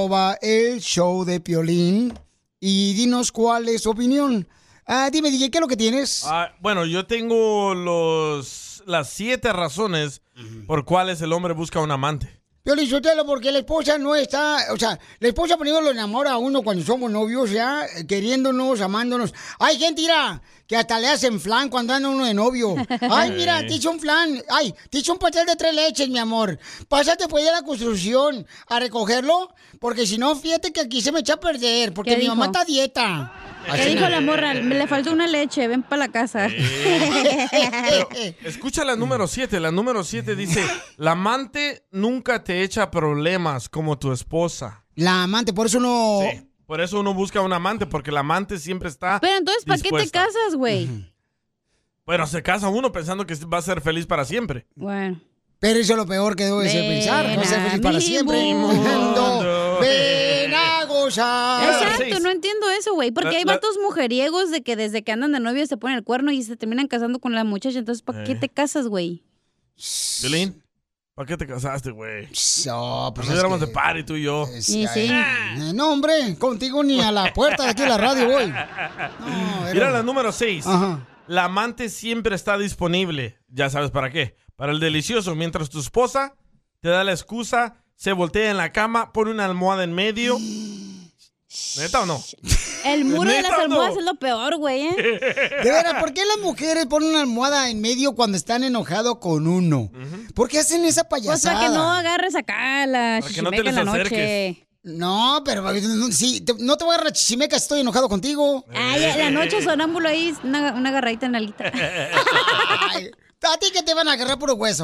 Speaker 3: @elshowdepiolín, y dinos cuál es tu opinión. Dime, DJ, ¿qué es lo que tienes?
Speaker 6: Bueno, yo tengo las 7 razones por cuales el hombre busca un amante.
Speaker 3: Piolín Sotelo, porque la esposa no está... O sea, la esposa primero lo enamora a uno cuando somos novios, ya, queriéndonos, amándonos. Hay gente, mira, que hasta le hacen flan cuando anda uno de novio. Ay, mira, te hice un flan. Ay, te hice un pastel de 3 leches, mi amor. Pásate pues a la construcción a recogerlo, porque si no, fíjate que aquí se me echa a perder, porque mi mamá está a dieta.
Speaker 5: ¿Qué dijo la morra? Le faltó una leche, ven para la casa.
Speaker 6: Pero, escucha la número 7. La número 7 dice, la amante nunca te echa problemas como tu esposa.
Speaker 3: La amante, por eso no...
Speaker 6: Sí, por eso uno busca un amante, porque la amante siempre está
Speaker 5: Pero entonces, ¿para qué te casas, güey?
Speaker 6: Bueno, se casa uno pensando que va a ser feliz para siempre.
Speaker 5: Bueno.
Speaker 3: Pero eso es lo peor que debe ser pensar, no ser feliz para siempre. Mundo, ven a gozar.
Speaker 5: Exacto, no entiendo eso, güey. Porque hay vatos mujeriegos de que desde que andan de novio se ponen el cuerno y se terminan casando con la muchacha. Entonces, ¿para qué te casas, güey?
Speaker 6: Violín, ¿para qué te casaste, güey?
Speaker 3: No, pues
Speaker 6: nos éramos de party, tú y yo.
Speaker 5: Sí.
Speaker 3: No, hombre, contigo ni a la puerta de aquí de la radio voy. No,
Speaker 6: Mira la número 6. La amante siempre está disponible. Ya sabes para qué. Para el delicioso, mientras tu esposa te da la excusa, se voltea en la cama, pone una almohada en medio. ¿Neta o no?
Speaker 5: El muro de las almohadas es lo peor, güey, ¿eh?
Speaker 3: De veras, ¿por qué las mujeres ponen una almohada en medio cuando están enojados con uno? ¿Por qué hacen esa payasada?
Speaker 5: Pues para que no agarres acá la chichimeca en la noche.
Speaker 3: No, pero sí, no te voy a agarrar chichimeca si estoy enojado contigo.
Speaker 5: Ay, la noche sonámbulo ahí, una agarradita en la alita.
Speaker 3: ¿A ti que te van a agarrar puro hueso?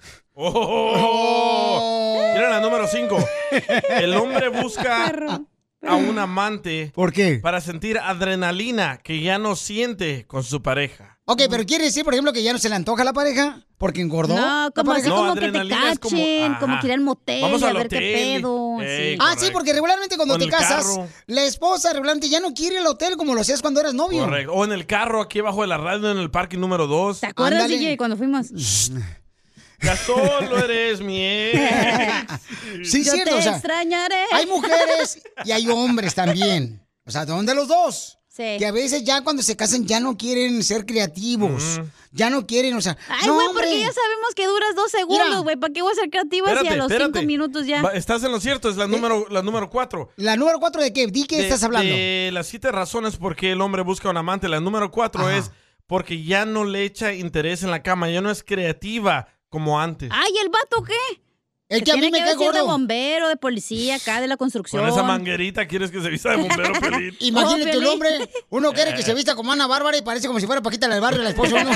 Speaker 6: Mira la número 5. El hombre busca a un amante.
Speaker 3: ¿Por qué?
Speaker 6: Para sentir adrenalina que ya no siente con su pareja.
Speaker 3: Ok, pero ¿quiere decir, por ejemplo, que ya no se le antoja a la pareja? ¿Porque engordó?
Speaker 5: No, como así, como que te cachen, como que ir al motel,
Speaker 6: vamos
Speaker 5: a
Speaker 6: al
Speaker 5: ver qué
Speaker 6: hotel.
Speaker 5: pedo.
Speaker 3: Sí, porque regularmente cuando te casas, la esposa regularmente ya no quiere el hotel como lo hacías cuando eras novio.
Speaker 6: Correcto. O en el carro, aquí abajo de la radio, en el parking número 2.
Speaker 5: ¿Te acuerdas, DJ, cuando fuimos?
Speaker 6: Ya solo eres mi ex.
Speaker 3: Sí,
Speaker 5: yo
Speaker 3: cierto,
Speaker 5: te
Speaker 3: o sea,
Speaker 5: extrañaré.
Speaker 3: hay mujeres y hay hombres también. O sea, ¿dónde los dos?
Speaker 5: Sí.
Speaker 3: Que a veces ya cuando se casan ya no quieren ser creativos. Ya no quieren, o sea...
Speaker 5: Ay,
Speaker 3: no,
Speaker 5: güey,
Speaker 3: hombre.
Speaker 5: porque ya sabemos que duras 2 segundos, güey. ¿Para qué voy a ser creativa si a los 5 minutos ya?
Speaker 6: Estás en lo cierto, es la número 4.
Speaker 3: ¿La número 4 de qué? ¿De qué estás hablando?
Speaker 6: De las 7 razones por qué el hombre busca un amante. La número 4 es porque ya no le echa interés en la cama, ya no es creativa como antes.
Speaker 5: Ay, ¿el vato qué?
Speaker 3: Es que a mí me cae gordo.
Speaker 5: De bombero, de policía, acá, de la construcción.
Speaker 6: Con esa manguerita quieres que se vista de bombero, Pelín.
Speaker 3: Imagínate un hombre, uno quiere que se vista como Ana Bárbara y parece como si fuera Paquita del Barrio, la esposa uno.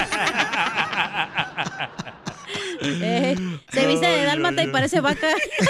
Speaker 5: Se viste de dálmata y parece vaca.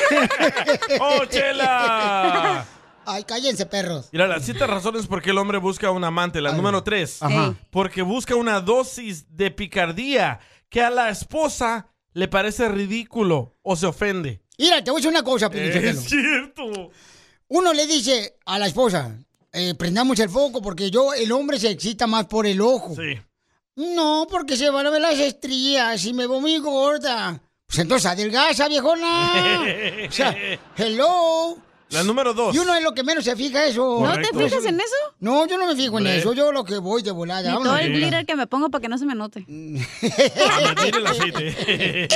Speaker 6: ¡Oh, Chela!
Speaker 3: Ay, cállense, perros.
Speaker 6: Mira, las 7 razones por qué el hombre busca un amante. La número 3. Porque busca una dosis de picardía que a la esposa le parece ridículo o se ofende.
Speaker 3: Mira, te voy a decir una cosa, Pelichotelo.
Speaker 6: Es cierto.
Speaker 3: Uno le dice a la esposa, prendamos el foco porque el hombre se excita más por el ojo.
Speaker 6: Sí.
Speaker 3: No, porque se van a ver las estrías y me veo muy gorda. Pues entonces adelgaza, viejona. O sea, hello.
Speaker 6: La número 2.
Speaker 3: Y uno es lo que menos se fija eso.
Speaker 5: Correcto. ¿No te fijas en eso?
Speaker 3: No, yo no me fijo en eso. Yo lo que voy de volada.
Speaker 5: Y todo el glitter que me pongo para que no se me note.
Speaker 6: Mire el aceite.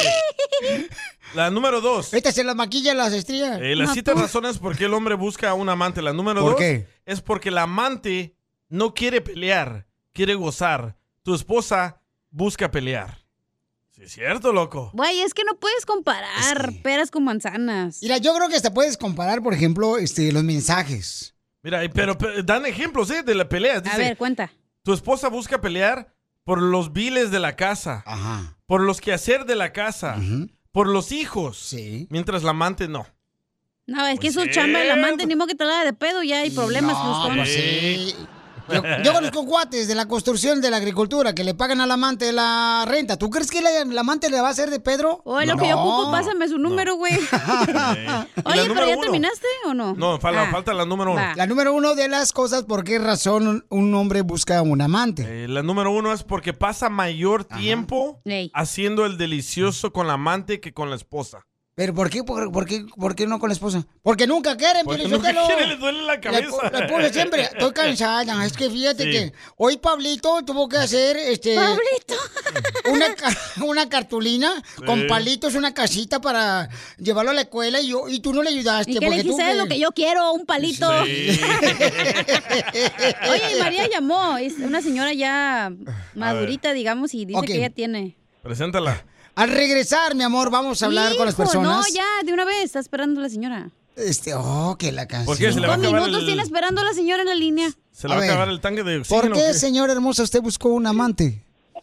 Speaker 6: La número 2.
Speaker 3: Esta se la maquilla las estrías.
Speaker 6: Las 7 razones por qué el hombre busca a un amante. La número 2 es porque el amante no quiere pelear, quiere gozar. Tu esposa busca pelear. Sí, es cierto, loco.
Speaker 5: Güey, es que no puedes comparar peras con manzanas.
Speaker 3: Mira, yo creo que hasta puedes comparar, por ejemplo, los mensajes.
Speaker 6: Mira, pero dan ejemplos, de la pelea. Dice,
Speaker 5: a ver, cuenta.
Speaker 6: Tu esposa busca pelear por los biles de la casa. Por los quehacer de la casa. Por los hijos.
Speaker 3: Sí.
Speaker 6: Mientras la amante no.
Speaker 5: No, es que es su chamba el amante, ni modo que te la haga de pedo, ya hay problemas.
Speaker 3: No, pues sí. Yo conozco guates de la construcción, de la agricultura, que le pagan al amante la renta. ¿Tú crees que el amante le va a hacer de Pedro?
Speaker 5: Oye, lo que yo ocupo, pásame su número, güey. Oye, ¿pero ya terminaste o no?
Speaker 6: No, falta la número 1.
Speaker 3: La número 1 de las cosas, ¿por qué razón un hombre busca a un amante?
Speaker 6: La número 1 es porque pasa mayor tiempo haciendo el delicioso con la amante que con la esposa.
Speaker 3: ¿Pero por qué no con la esposa? Porque nunca quieren,
Speaker 6: porque nunca quieren, les duele la cabeza.
Speaker 3: La esposa siempre, estoy cansada. Es que fíjate que hoy Pablito tuvo que hacer,
Speaker 5: ¿Pablito?
Speaker 3: una cartulina con palitos, una casita para llevarlo a la escuela y tú no le ayudaste.
Speaker 5: ¿Y qué le dijiste? Lo que yo quiero, un palito. Sí. Oye, y María llamó, es una señora ya madurita, digamos, y dice que ella tiene.
Speaker 6: Preséntala.
Speaker 3: Al regresar, mi amor, vamos a hablar con las personas.
Speaker 5: No, ya, de una vez, está esperando la señora.
Speaker 3: Que la canción.
Speaker 6: ¿Por qué? Se le va a acabar
Speaker 5: minutos tiene esperando a la señora en la línea.
Speaker 6: Se le va a acabar el tanque de oxígeno.
Speaker 3: ¿Por qué, señora hermosa, usted buscó un amante?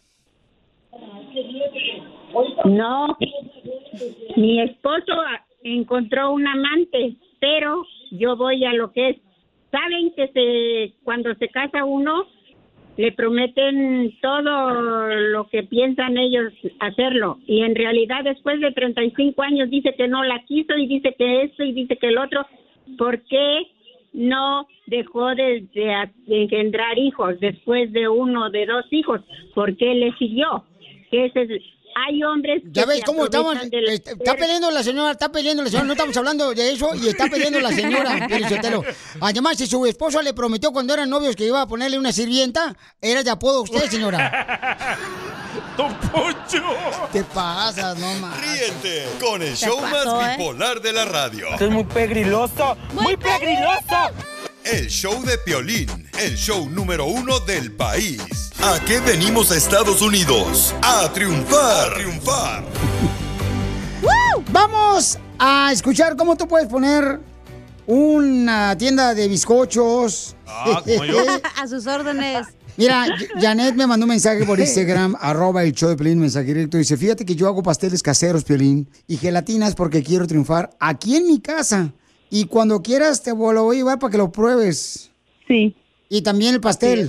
Speaker 15: No, mi esposo encontró un amante, pero yo voy a lo que es. Saben que cuando se casa uno, le prometen todo lo que piensan ellos hacerlo. Y en realidad después de 35 años dice que no la quiso y dice que esto y dice que el otro. ¿Por qué no dejó de engendrar hijos después de 1 o de 2 hijos? ¿Por qué le siguió? Hay hombres que
Speaker 3: ya ves cómo estamos. Está peleando la señora, no estamos hablando de eso y está peleando la señora, Pelichotelo. Además, si su esposo le prometió cuando eran novios que iba a ponerle una sirvienta, era de apodo usted, señora.
Speaker 6: ¡Don Poncho!
Speaker 3: ¿Qué pasa? No más.
Speaker 9: Ríete con el show más bipolar de la radio.
Speaker 18: Esto es muy pegriloso, muy pegriloso.
Speaker 9: El show de Piolín, el show número 1 del país. ¿A qué venimos a Estados Unidos? ¡A triunfar! ¡A triunfar!
Speaker 3: Vamos a escuchar cómo tú puedes poner una tienda de bizcochos.
Speaker 6: Como yo.
Speaker 5: A sus órdenes.
Speaker 3: Mira, Janet me mandó un mensaje por Instagram, @el show de Piolín, mensaje directo. Dice, fíjate que yo hago pasteles caseros, Piolín, y gelatinas porque quiero triunfar aquí en mi casa. Y cuando quieras te lo voy a llevar para que lo pruebes.
Speaker 14: Sí.
Speaker 3: Y también el pastel.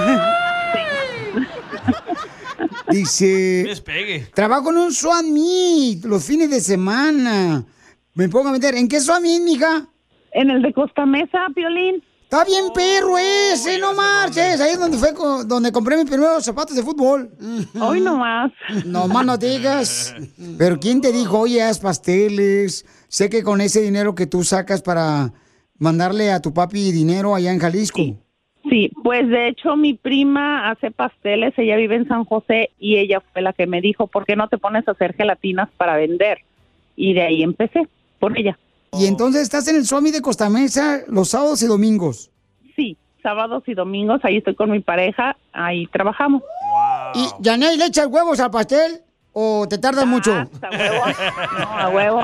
Speaker 3: Dice,
Speaker 6: Despegue.
Speaker 3: trabajo en un swap meet los fines de semana. Me pongo a meter. ¿En qué swap meet, mija?
Speaker 14: En el de Costa Mesa, Piolín.
Speaker 3: Está bien perro ese, no marches. Ahí es donde fue donde compré mis primeros zapatos de fútbol.
Speaker 14: Hoy nomás.
Speaker 3: Nomás no digas. Pero ¿quién te dijo, oye, haz pasteles? Sé que con ese dinero que tú sacas para mandarle a tu papi dinero allá en Jalisco.
Speaker 14: Sí, pues de hecho mi prima hace pasteles, ella vive en San José y ella fue la que me dijo, ¿por qué no te pones a hacer gelatinas para vender? Y de ahí empecé, por ella.
Speaker 3: Y entonces estás en el Swami de Costa Mesa los sábados y domingos.
Speaker 14: Sí, sábados y domingos, ahí estoy con mi pareja, ahí trabajamos.
Speaker 3: ¿Y Janet, le echas huevos al pastel o te tardas mucho?
Speaker 14: A huevo. No, a huevo.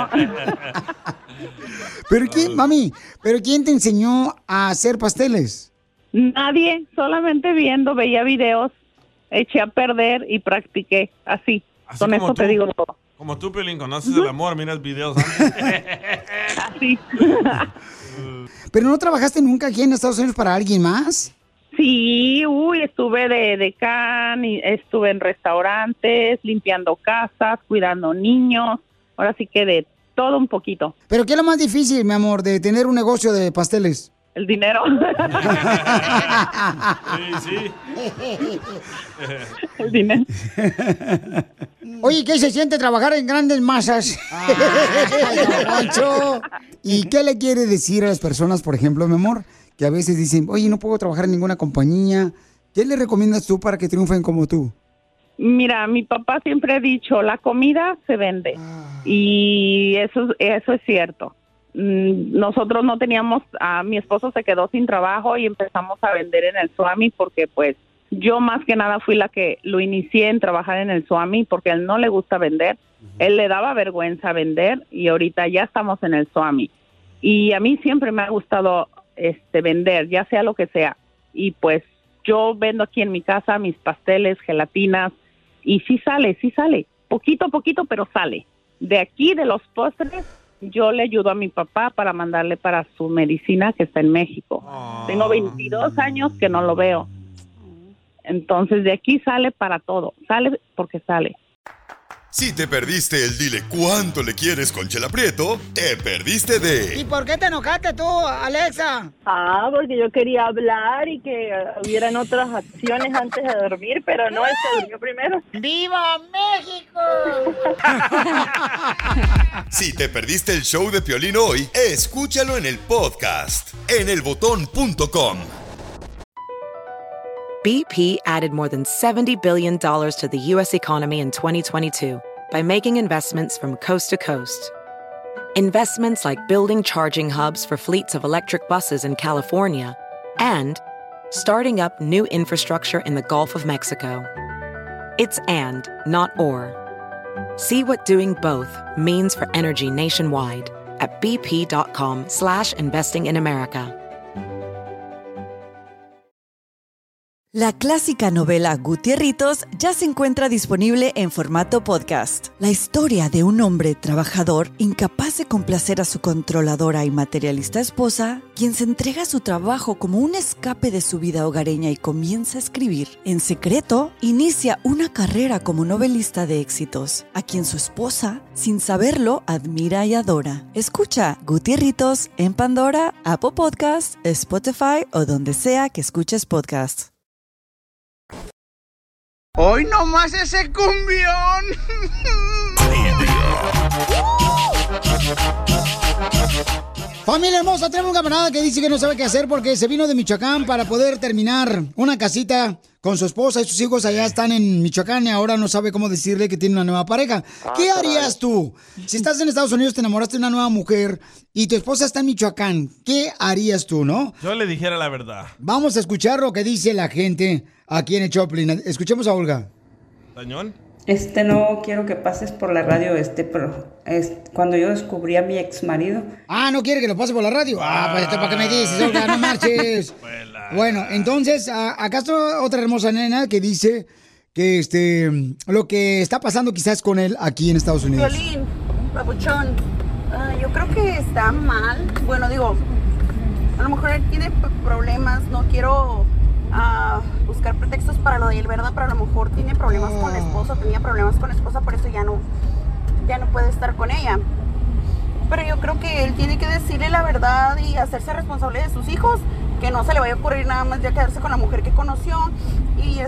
Speaker 3: ¿Pero quién, mami, quién te enseñó a hacer pasteles?
Speaker 14: Nadie, solamente viendo, veía videos, eché a perder y practiqué, así con eso te digo todo.
Speaker 6: Como tú, Piolín, conoces el amor, miras videos antes.
Speaker 14: Así.
Speaker 3: ¿Pero no trabajaste nunca aquí en Estados Unidos para alguien más?
Speaker 14: Sí, estuve de decán, y estuve en restaurantes, limpiando casas, cuidando niños, ahora sí que de todo un poquito.
Speaker 3: ¿Pero qué es lo más difícil, mi amor, de tener un negocio de pasteles?
Speaker 14: El dinero.
Speaker 6: Sí.
Speaker 14: El dinero.
Speaker 3: Oye, ¿qué se siente trabajar en grandes masas? ¿Y qué le quiere decir a las personas, por ejemplo, mi amor, que a veces dicen, oye, no puedo trabajar en ninguna compañía? ¿Qué le recomiendas tú para que triunfen como tú?
Speaker 14: Mira, mi papá siempre ha dicho, la comida se vende. Y eso es cierto. Nosotros no teníamos, mi esposo se quedó sin trabajo y empezamos a vender en el Swami porque pues yo más que nada fui la que lo inicié en trabajar en el Swami porque a él no le gusta vender, él le daba vergüenza vender y ahorita ya estamos en el Swami. Y a mí siempre me ha gustado vender, ya sea lo que sea. Y pues yo vendo aquí en mi casa mis pasteles, gelatinas y sí sale, poquito a poquito, pero sale. De aquí, de los postres, yo le ayudo a mi papá para mandarle para su medicina que está en México. Tengo 22 años que no lo veo. Entonces de aquí sale para todo. Sale porque sale.
Speaker 9: Si te perdiste el dile cuánto le quieres con Chela Prieto, te perdiste de...
Speaker 3: ¿Y por qué te enojaste tú, Alexa?
Speaker 20: Porque yo quería hablar y que hubieran otras acciones antes de dormir, pero no, él se durmió primero.
Speaker 3: ¡Viva México!
Speaker 9: Si te perdiste el show de Piolín hoy, escúchalo en el podcast, en elbotón.com.
Speaker 2: BP added more than $70 billion to the U.S. economy in 2022 by making investments from coast to coast. Investments like building charging hubs for fleets of electric buses in California and starting up new infrastructure in the Gulf of Mexico. It's and, not or. See what doing both means for energy nationwide at bp.com/investing in America.
Speaker 21: La clásica novela Gutierritos ya se encuentra disponible en formato podcast. La historia de un hombre trabajador incapaz de complacer a su controladora y materialista esposa, quien se entrega a su trabajo como un escape de su vida hogareña y comienza a escribir. En secreto, inicia una carrera como novelista de éxitos, a quien su esposa, sin saberlo, admira y adora. Escucha Gutierritos en Pandora, Apple Podcasts, Spotify o donde sea que escuches podcasts.
Speaker 3: ¡Hoy nomás ese cumbión! Familia hermosa, tenemos un camarada que dice que no sabe qué hacer porque se vino de Michoacán para poder terminar una casita con su esposa y sus hijos allá están en Michoacán y ahora no sabe cómo decirle que tiene una nueva pareja. ¿Qué harías tú? Si estás en Estados Unidos, te enamoraste de una nueva mujer y tu esposa está en Michoacán, ¿qué harías tú, no?
Speaker 6: Yo le dijera la verdad.
Speaker 3: Vamos a escuchar lo que dice la gente aquí en el Choplin. Escuchemos a Olga.
Speaker 6: ¿Tañón?
Speaker 1: No quiero que pases por la radio, pero cuando yo descubrí a mi ex marido.
Speaker 3: Ah, ¿no quiere que lo pase por la radio? Pues esto para qué me dices, Olga, no marches. Bueno, entonces, acá está otra hermosa nena que dice que lo que está pasando quizás con él aquí en Estados Unidos.
Speaker 22: Piolín, papuchón, yo creo que está mal. Bueno, digo, a lo mejor él tiene problemas, no quiero buscar pretextos para lo de él, ¿verdad? Pero a lo mejor tiene problemas con la esposa, tenía problemas con la esposa, por eso ya no puede estar con ella. Pero yo creo que él tiene que decirle la verdad y hacerse responsable de sus hijos, que no se le vaya a ocurrir nada más ya quedarse con la mujer que conoció y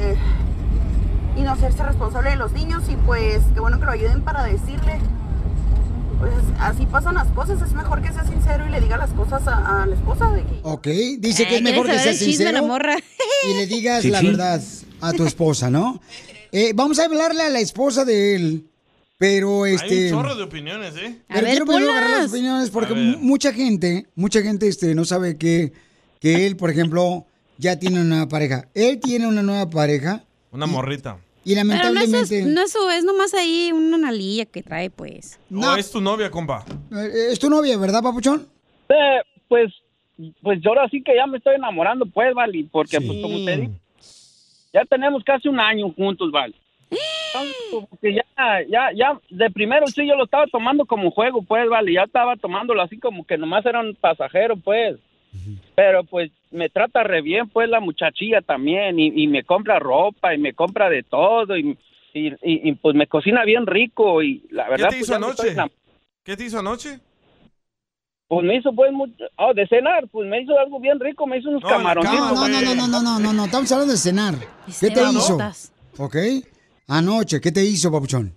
Speaker 22: no hacerse responsable de los niños, y pues qué bueno que lo ayuden para decirle. Pues así pasan las cosas, es mejor que sea sincero y le diga las cosas a la esposa.
Speaker 3: Ok, dice que es mejor que sea sincero y le digas la verdad a tu esposa, ¿no? Vamos a hablarle a la esposa de él, pero
Speaker 6: Hay un chorro de opiniones, ¿eh?
Speaker 3: Pero quiero primero agarrar las opiniones porque mucha gente no sabe que él, por ejemplo, ya tiene una pareja. Él tiene una nueva pareja.
Speaker 6: Una morrita.
Speaker 3: Y lamentablemente...
Speaker 5: No, eso es nomás ahí una nalilla que trae, pues.
Speaker 6: No, es tu novia, compa.
Speaker 3: Es tu novia, ¿verdad, papuchón?
Speaker 23: Pues yo ahora sí que ya me estoy enamorando, pues, Vali, porque, pues, como te digo, ya tenemos casi un año juntos, Vali. Porque ya, de primero sí yo lo estaba tomando como juego, pues, Vali, ya estaba tomándolo así como que nomás era un pasajero, pues. Pero pues me trata re bien, pues, la muchachilla también, y me compra ropa y me compra de todo y pues me cocina bien rico y la verdad.
Speaker 6: ¿Qué te hizo anoche? ¿Qué te hizo anoche?
Speaker 23: Pues me hizo pues de cenar, pues me hizo algo bien rico, me hizo unos camaroncitos.
Speaker 3: No, estamos hablando de cenar. ¿Qué te hizo? ¿Ok? Anoche, ¿qué te hizo, papuchón?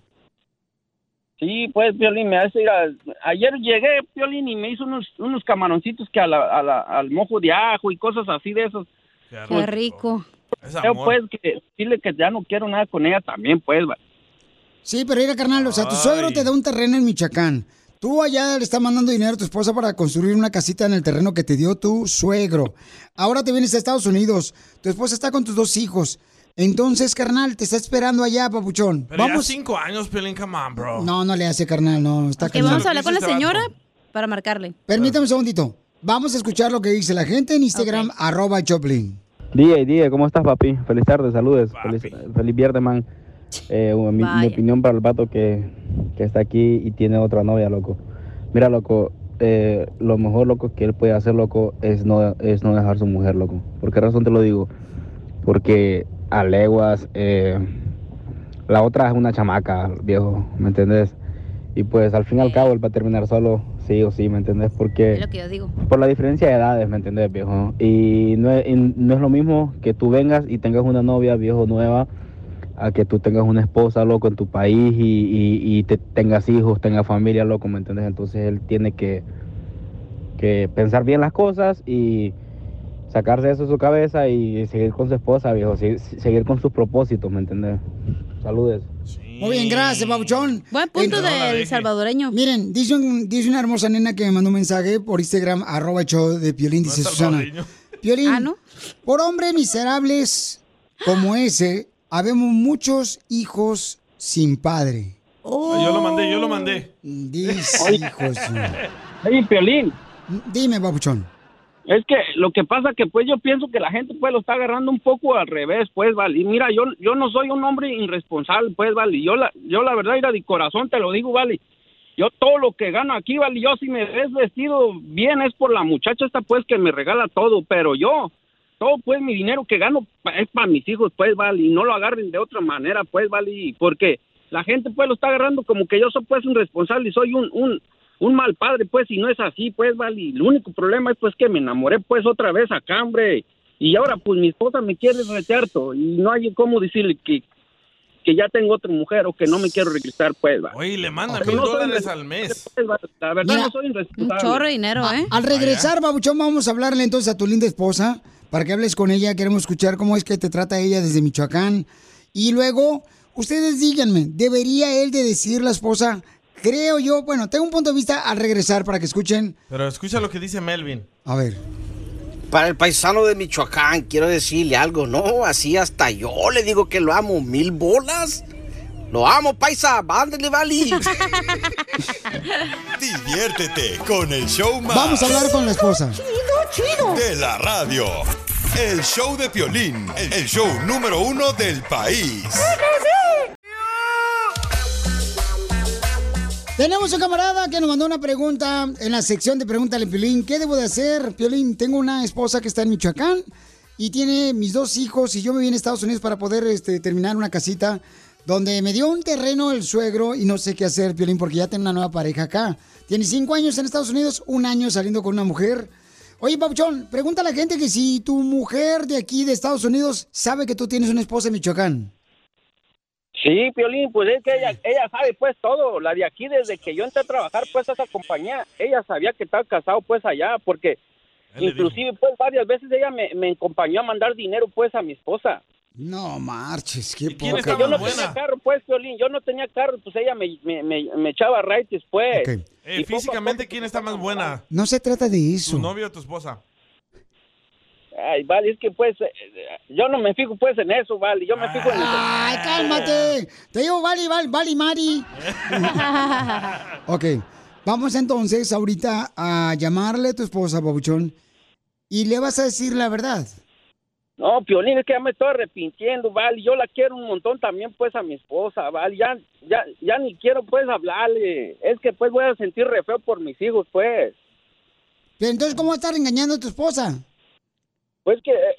Speaker 23: Sí, pues, Piolín, me hace ir ayer llegué, Piolín, y me hizo unos camaroncitos que al mojo de ajo y cosas así de esos.
Speaker 5: Qué rico.
Speaker 23: Yo, pues, que decirle que ya no quiero nada con ella también, pues, va.
Speaker 3: Sí, pero mira, carnal, o sea, tu suegro te da un terreno en Michoacán. Tú allá le estás mandando dinero a tu esposa para construir una casita en el terreno que te dio tu suegro. Ahora te vienes a Estados Unidos. Tu esposa está con tus 2 hijos. Entonces, carnal, te está esperando allá, papuchón.
Speaker 6: Pero vamos. Ya 5 años, Piolín, come on, bro.
Speaker 3: No le hace, carnal, no. Está
Speaker 5: que vamos a hablar con la señora para marcarle.
Speaker 3: Permítame un segundito. Vamos a escuchar lo que dice la gente en Instagram, @Choplin.
Speaker 24: DJ, ¿cómo estás, papi? Feliz tarde, saludes. Feliz viernes, man. Mi opinión para el vato que está aquí y tiene otra novia, loco. Mira, loco, lo mejor, loco, que él puede hacer, loco, es no dejar su mujer, loco. ¿Por qué razón te lo digo? Porque a leguas, la otra es una chamaca, viejo, ¿me entendés? Y pues al fin y al cabo él va a terminar solo, sí o sí, ¿me entendés? Porque
Speaker 5: es lo que yo digo.
Speaker 24: Por la diferencia de edades, ¿me entendés, viejo? Y no es lo mismo que tú vengas y tengas una novia, viejo, nueva, a que tú tengas una esposa, loco, en tu país y tengas hijos, tengas familia, loco, ¿me entendés? Entonces él tiene que pensar bien las cosas y sacarse eso de su cabeza y seguir con su esposa, viejo, seguir con sus propósitos, ¿me entendés? Saludes.
Speaker 3: Muy bien, gracias, papuchón.
Speaker 5: Buen punto del salvadoreño.
Speaker 3: Miren, dice una hermosa nena que me mandó un mensaje por Instagram, @show de Piolín, dice Susana. Piolín,
Speaker 5: ¿no?
Speaker 3: Por hombres miserables como ese, habemos muchos hijos sin padre.
Speaker 6: Yo lo mandé.
Speaker 3: Dice, hijos.
Speaker 23: Oye, Piolín.
Speaker 3: Dime, papuchón.
Speaker 23: Es que lo que pasa que pues yo pienso que la gente pues lo está agarrando un poco al revés, pues, vale. Y mira, yo no soy un hombre irresponsable, pues, vale. Yo la verdad, ir de corazón te lo digo, vale. Yo todo lo que gano aquí, vale, yo si me ves vestido bien es por la muchacha esta, pues, que me regala todo, pero todo, pues, mi dinero que gano es para mis hijos, pues, vale, y no lo agarren de otra manera, pues, vale, porque la gente, pues, lo está agarrando como que yo soy, pues, un responsable y soy un mal padre, pues, y no es así, pues, vale. El único problema es, pues, que me enamoré, pues, otra vez acá, hombre. Y ahora, pues, mi esposa me quiere regresar, y no hay cómo decirle que ya tengo otra mujer o que no me quiero regresar, pues, vale.
Speaker 6: Oye, le manda $1,000 al mes.
Speaker 23: Pues, vale. La verdad, no soy irresponsable.
Speaker 5: Un chorro de dinero, ¿eh?
Speaker 3: Al regresar, babuchón, vamos a hablarle entonces a tu linda esposa para que hables con ella. Queremos escuchar cómo es que te trata ella desde Michoacán. Y luego, ustedes díganme, ¿debería él de decir la esposa? Creo yo, bueno, tengo un punto de vista al regresar para que escuchen.
Speaker 6: Pero escucha lo que dice Melvin.
Speaker 3: A ver.
Speaker 25: Para el paisano de Michoacán, quiero decirle algo, ¿no? Así hasta yo le digo que lo amo, 1000 bolas. Lo amo, paisa. Ándale, vale.
Speaker 9: Diviértete con el show más...
Speaker 3: Vamos a hablar con la esposa.
Speaker 9: Chido. De la radio. El show de Piolín. El show número 1 del país.
Speaker 3: Tenemos un camarada que nos mandó una pregunta en la sección de Pregúntale, Piolín. ¿Qué debo de hacer, Piolín? Tengo una esposa que está en Michoacán y tiene mis 2 hijos y yo me vine a Estados Unidos para poder terminar una casita donde me dio un terreno el suegro y no sé qué hacer, Piolín, porque ya tengo una nueva pareja acá. Tiene 5 años en Estados Unidos, 1 año saliendo con una mujer. Oye, Papuchón, pregunta a la gente que si tu mujer de aquí, de Estados Unidos, sabe que tú tienes una esposa en Michoacán.
Speaker 23: Sí, Piolín, pues es que ella sabe pues todo. La de aquí, desde que yo entré a trabajar pues a esa compañía, ella sabía que estaba casado pues allá, porque inclusive pues varias veces ella me acompañó a mandar dinero pues a mi esposa.
Speaker 3: No marches, qué poca.
Speaker 23: Porque yo no tenía carro pues, Piolín, yo no tenía carro, pues ella me echaba raites pues.
Speaker 3: Okay.
Speaker 23: Y
Speaker 6: físicamente, ¿quién está más buena?
Speaker 3: No se trata de eso.
Speaker 6: ¿Tu novio o tu esposa?
Speaker 23: Ay, vale, es que pues yo no me fijo pues en eso, vale, yo me fijo en eso.
Speaker 3: Ay, cálmate. Te digo, vale, Mari. Ok, vamos entonces ahorita a llamarle a tu esposa, Papuchón, y le vas a decir la verdad.
Speaker 23: No, Piolín, es que ya me estoy arrepintiendo, vale, yo la quiero un montón también pues a mi esposa, vale, ya ni quiero pues hablarle, es que pues voy a sentir re feo por mis hijos pues.
Speaker 3: Pero entonces, ¿cómo estás engañando a tu esposa?
Speaker 23: Pues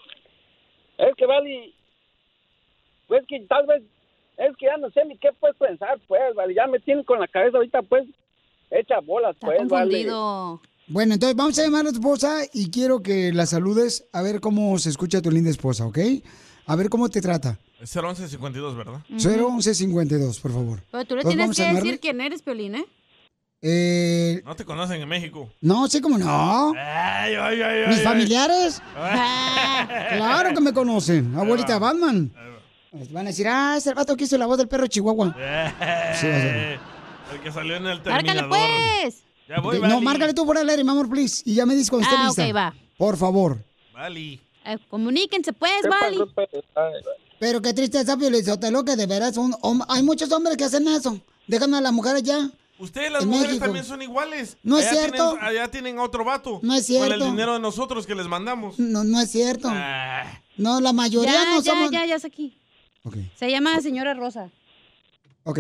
Speaker 23: es que vale, pues que tal vez, es que ya no sé ni qué pues pensar, pues, vale, ya me tienen con la cabeza ahorita pues hecha bolas, pues,
Speaker 5: confundido.
Speaker 23: Vale.
Speaker 3: Bueno, entonces vamos a llamar a tu esposa y quiero que la saludes a ver cómo se escucha tu linda esposa, ¿ok? A ver cómo te trata.
Speaker 6: Es 011-52, ¿verdad?
Speaker 3: 011-52, por favor.
Speaker 5: Pero tú le tienes que decir quién eres, Piolín, ¿eh?
Speaker 6: No te conocen en México.
Speaker 3: No, sí, como no. ¿Mis familiares? Claro que me conocen. Abuelita Batman. Van a decir, es el vato que hizo la voz del perro Chihuahua. Sí, va a ser.
Speaker 6: El que salió en el Terminador.
Speaker 5: ¡Márcale, pues!
Speaker 6: Ya voy,
Speaker 3: No, márcale tú por el aire, mi amor, please. Y ya me dices cuando esté lista.
Speaker 5: Ok, va.
Speaker 3: Por favor.
Speaker 6: Vale.
Speaker 5: Comuníquense, pues, Vali.
Speaker 3: Pero qué tristeza, Piolizotelo, que de veras hay muchos hombres que hacen eso. Dejan a las mujeres ya.
Speaker 6: Ustedes las mujeres también son iguales.
Speaker 3: No es cierto.
Speaker 6: Allá tienen a otro vato.
Speaker 3: No es cierto.
Speaker 6: Con el dinero de nosotros que les mandamos.
Speaker 3: No es cierto. No, la mayoría no somos...
Speaker 5: Ya es aquí.
Speaker 3: Okay.
Speaker 5: Se llama señora Rosa.
Speaker 3: Ok.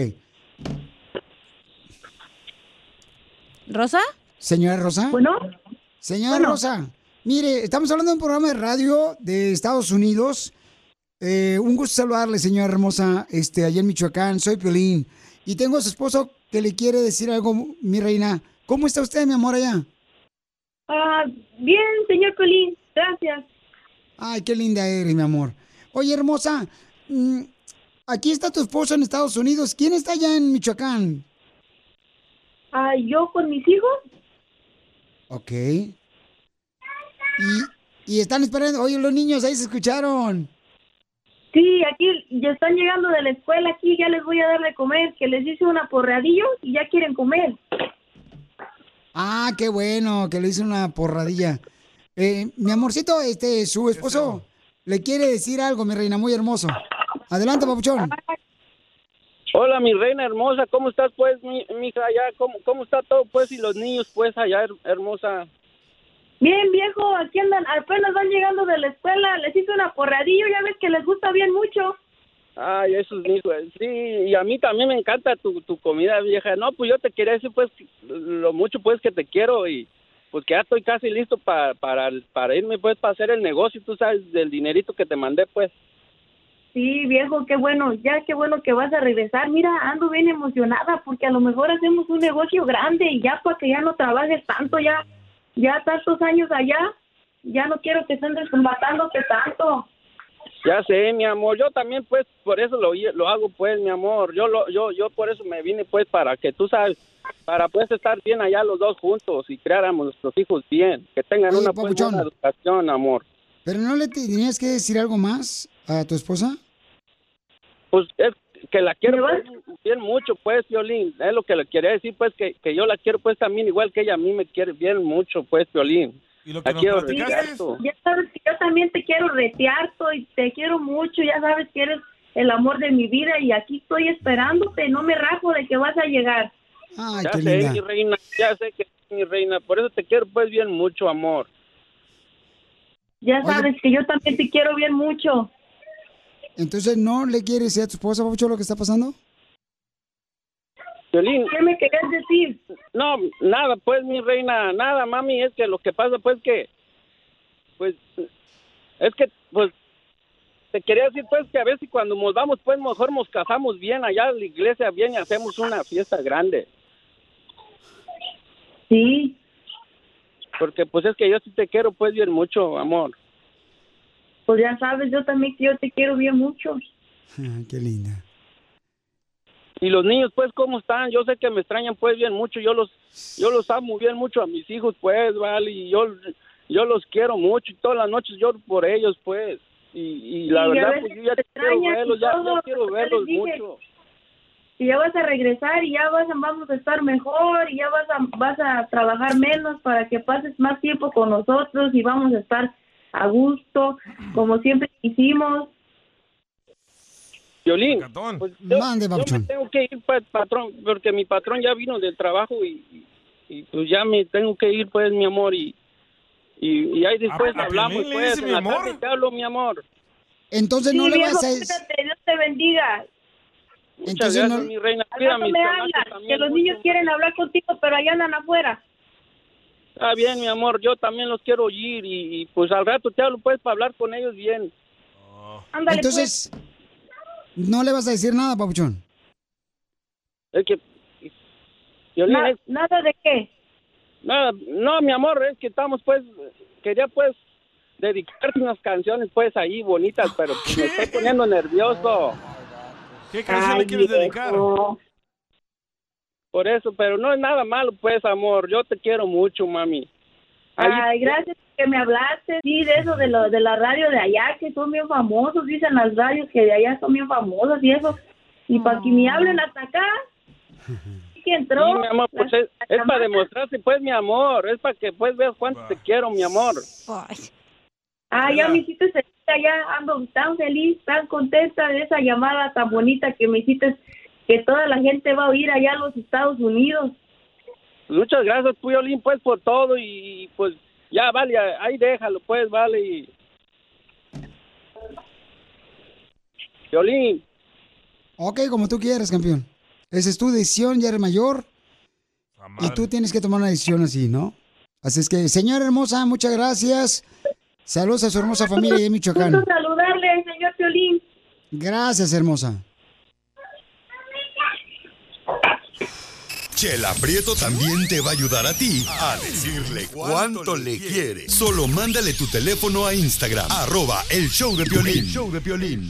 Speaker 5: ¿Rosa?
Speaker 3: ¿Señora Rosa?
Speaker 20: Bueno.
Speaker 3: Señora Rosa, mire, estamos hablando de un programa de radio de Estados Unidos. Un gusto saludarle, señora hermosa, allá en Michoacán. Soy Piolín. Y tengo a su esposo que le quiere decir algo, mi reina. ¿Cómo está usted, mi amor, allá?
Speaker 20: Bien, señor Piolín. Gracias.
Speaker 3: Ay, qué linda eres, mi amor. Oye, hermosa, aquí está tu esposo en Estados Unidos. ¿Quién está allá en Michoacán?
Speaker 20: Yo con mis hijos.
Speaker 3: Ok. Y están esperando. Oye, los niños ahí se escucharon.
Speaker 20: Sí, aquí ya están llegando de la escuela. Aquí ya les voy a dar de comer. Que les hice un aporradillo y ya quieren comer.
Speaker 3: Ah, qué bueno, que le hice una porradilla. Mi amorcito, su esposo le quiere decir algo, mi reina, muy hermoso. Adelante, papuchón.
Speaker 23: Hola, mi reina hermosa, ¿cómo estás, pues, mi hija allá? ¿Cómo está todo, pues, y los niños, pues, allá, hermosa?
Speaker 20: Bien, viejo, aquí andan, apenas van llegando de la escuela, les hice un aporradillo, ya ves que les gusta bien mucho.
Speaker 23: Ay, esos hijos, sí, y a mí también me encanta tu comida, vieja. No, pues yo te quería decir, pues, lo mucho, pues, que te quiero y, pues, que ya estoy casi listo para irme, pues, para hacer el negocio, tú sabes, del dinerito que te mandé, pues.
Speaker 20: Sí, viejo, qué bueno que vas a regresar. Mira, ando bien emocionada porque a lo mejor hacemos un negocio grande y ya para que ya no trabajes tanto, ya tantos años allá, ya no quiero que estés matándote tanto.
Speaker 23: Ya sé, mi amor, yo también, pues, por eso lo hago, pues, mi amor. Yo por eso me vine, pues, para que tú sabes, para pues estar bien allá los dos juntos y criáramos nuestros hijos bien, que tengan una pues, buena educación, amor.
Speaker 3: ¿Pero no le tenías que decir algo más a tu esposa?
Speaker 23: Pues es que la quiero pues, bien mucho, pues, Piolín. Es lo que le quería decir, pues, que yo la quiero, pues, también igual que ella a mí me quiere bien mucho, pues, Piolín.
Speaker 6: ¿Y lo que nos platicaste?
Speaker 20: Ya sabes que yo también te quiero retear y te quiero mucho. Ya sabes que eres el amor de mi vida y aquí estoy esperándote, no me rajo de que vas a llegar.
Speaker 3: Ay,
Speaker 23: Ya
Speaker 3: qué
Speaker 23: sé,
Speaker 3: linda.
Speaker 23: mi reina, ya sé que mi reina, por eso te quiero pues bien mucho, amor.
Speaker 20: Ya sabes que yo también te quiero bien mucho.
Speaker 3: Entonces, ¿no le quieres decir a tu esposa, Papuchón, lo que está pasando?
Speaker 23: Piolín,
Speaker 20: ¿Qué me querías decir?
Speaker 23: no, nada, pues mi reina, nada, mami, es que lo que pasa pues que, pues, es que, pues, te quería decir pues que a ver si cuando nos vamos pues mejor nos casamos bien allá en la iglesia bien y hacemos una fiesta grande.
Speaker 20: Sí.
Speaker 23: Porque pues es que yo sí te quiero pues bien mucho, amor.
Speaker 20: Pues ya sabes, yo también yo te quiero bien mucho.
Speaker 3: Qué linda.
Speaker 23: Y los niños pues cómo están, yo sé que me extrañan pues bien mucho, yo los amo bien mucho a mis hijos pues, vale, y yo los quiero mucho y todas las noches lloro por ellos pues. Y la
Speaker 20: Sí,
Speaker 23: verdad
Speaker 20: a
Speaker 23: pues
Speaker 20: veces
Speaker 23: yo ya
Speaker 20: te
Speaker 23: quiero
Speaker 20: extrañas
Speaker 23: verlos,
Speaker 20: y
Speaker 23: ya
Speaker 20: todo,
Speaker 23: quiero
Speaker 20: ya
Speaker 23: verlos
Speaker 20: les dije.
Speaker 23: mucho.
Speaker 20: Y ya vas a regresar y ya vamos a estar mejor y ya vas a trabajar menos para que pases más tiempo con nosotros y vamos a estar a gusto, como siempre hicimos.
Speaker 23: Violín, pues yo
Speaker 3: Mande,
Speaker 23: me
Speaker 3: Papuchón.
Speaker 23: tengo que ir, pues, patrón, porque mi patrón ya vino del trabajo y pues ya me tengo que ir, pues, mi amor, y ahí después
Speaker 6: ¿A
Speaker 23: hablamos,
Speaker 6: Piolín le
Speaker 23: pues,
Speaker 6: dice
Speaker 23: en
Speaker 6: mi
Speaker 23: la
Speaker 6: amor?
Speaker 23: tarde te hablo, mi amor.
Speaker 3: Entonces,
Speaker 20: Sí,
Speaker 3: no le
Speaker 20: viejo,
Speaker 3: vas a decir...
Speaker 20: cuídate, Dios te bendiga.
Speaker 23: Muchas
Speaker 3: Entonces,
Speaker 23: gracias,
Speaker 3: no-
Speaker 23: mi reina.
Speaker 20: Al
Speaker 23: Cuida a
Speaker 20: rato
Speaker 23: mis
Speaker 20: me
Speaker 23: chamacos
Speaker 20: hablas,
Speaker 23: también
Speaker 20: que los
Speaker 23: mucho.
Speaker 20: niños quieren hablar contigo, pero allá andan afuera.
Speaker 23: Está bien, mi amor, yo también los quiero oír y pues al rato te hablo, pues, para hablar con ellos bien.
Speaker 20: Ándale,
Speaker 3: Entonces, no le vas a decir nada, Papuchón.
Speaker 23: Es que...
Speaker 20: pues.
Speaker 23: Violín,
Speaker 20: ¿Nada de qué?
Speaker 23: Nada, no, mi amor, es que estamos, pues, quería, pues, dedicarte unas canciones, pues, ahí bonitas, pero pues, me estoy poniendo nervioso.
Speaker 6: ¿Qué canción le quieres dedicar?
Speaker 23: Por eso, pero no es nada malo, pues, amor, yo te quiero mucho, mami.
Speaker 20: Ay, gracias que me hablaste, sí, de eso, de la radio de allá, que son bien famosos, dicen las radios que de allá son bien famosas y eso, y para que me hablen hasta acá, que entró.
Speaker 23: Sí, mi amor, pues es para demostrarte, pues, mi amor, es para que, pues, veas cuánto te quiero, mi amor.
Speaker 20: Ya me hiciste feliz, ya ando tan feliz, tan contenta de esa llamada tan bonita que me hiciste, que toda la gente va a oír allá a los Estados Unidos.
Speaker 23: Muchas gracias, Piolín, pues, por todo y pues, ya, vale, ahí déjalo, pues, vale. Piolín.
Speaker 3: Ok, como tú quieras, campeón. Esa es tu decisión, ya eres mayor. Y tú tienes que tomar una decisión así, ¿no? Así es que, señora hermosa, muchas gracias. Saludos a su hermosa familia de Michoacán.
Speaker 20: Gusto saludarle, señor Piolín.
Speaker 3: Gracias, hermosa.
Speaker 9: Chela Prieto también te va a ayudar a ti a decirle cuánto le quiere. Solo mándale tu teléfono a Instagram, @elshowdepiolín. El show de Piolín.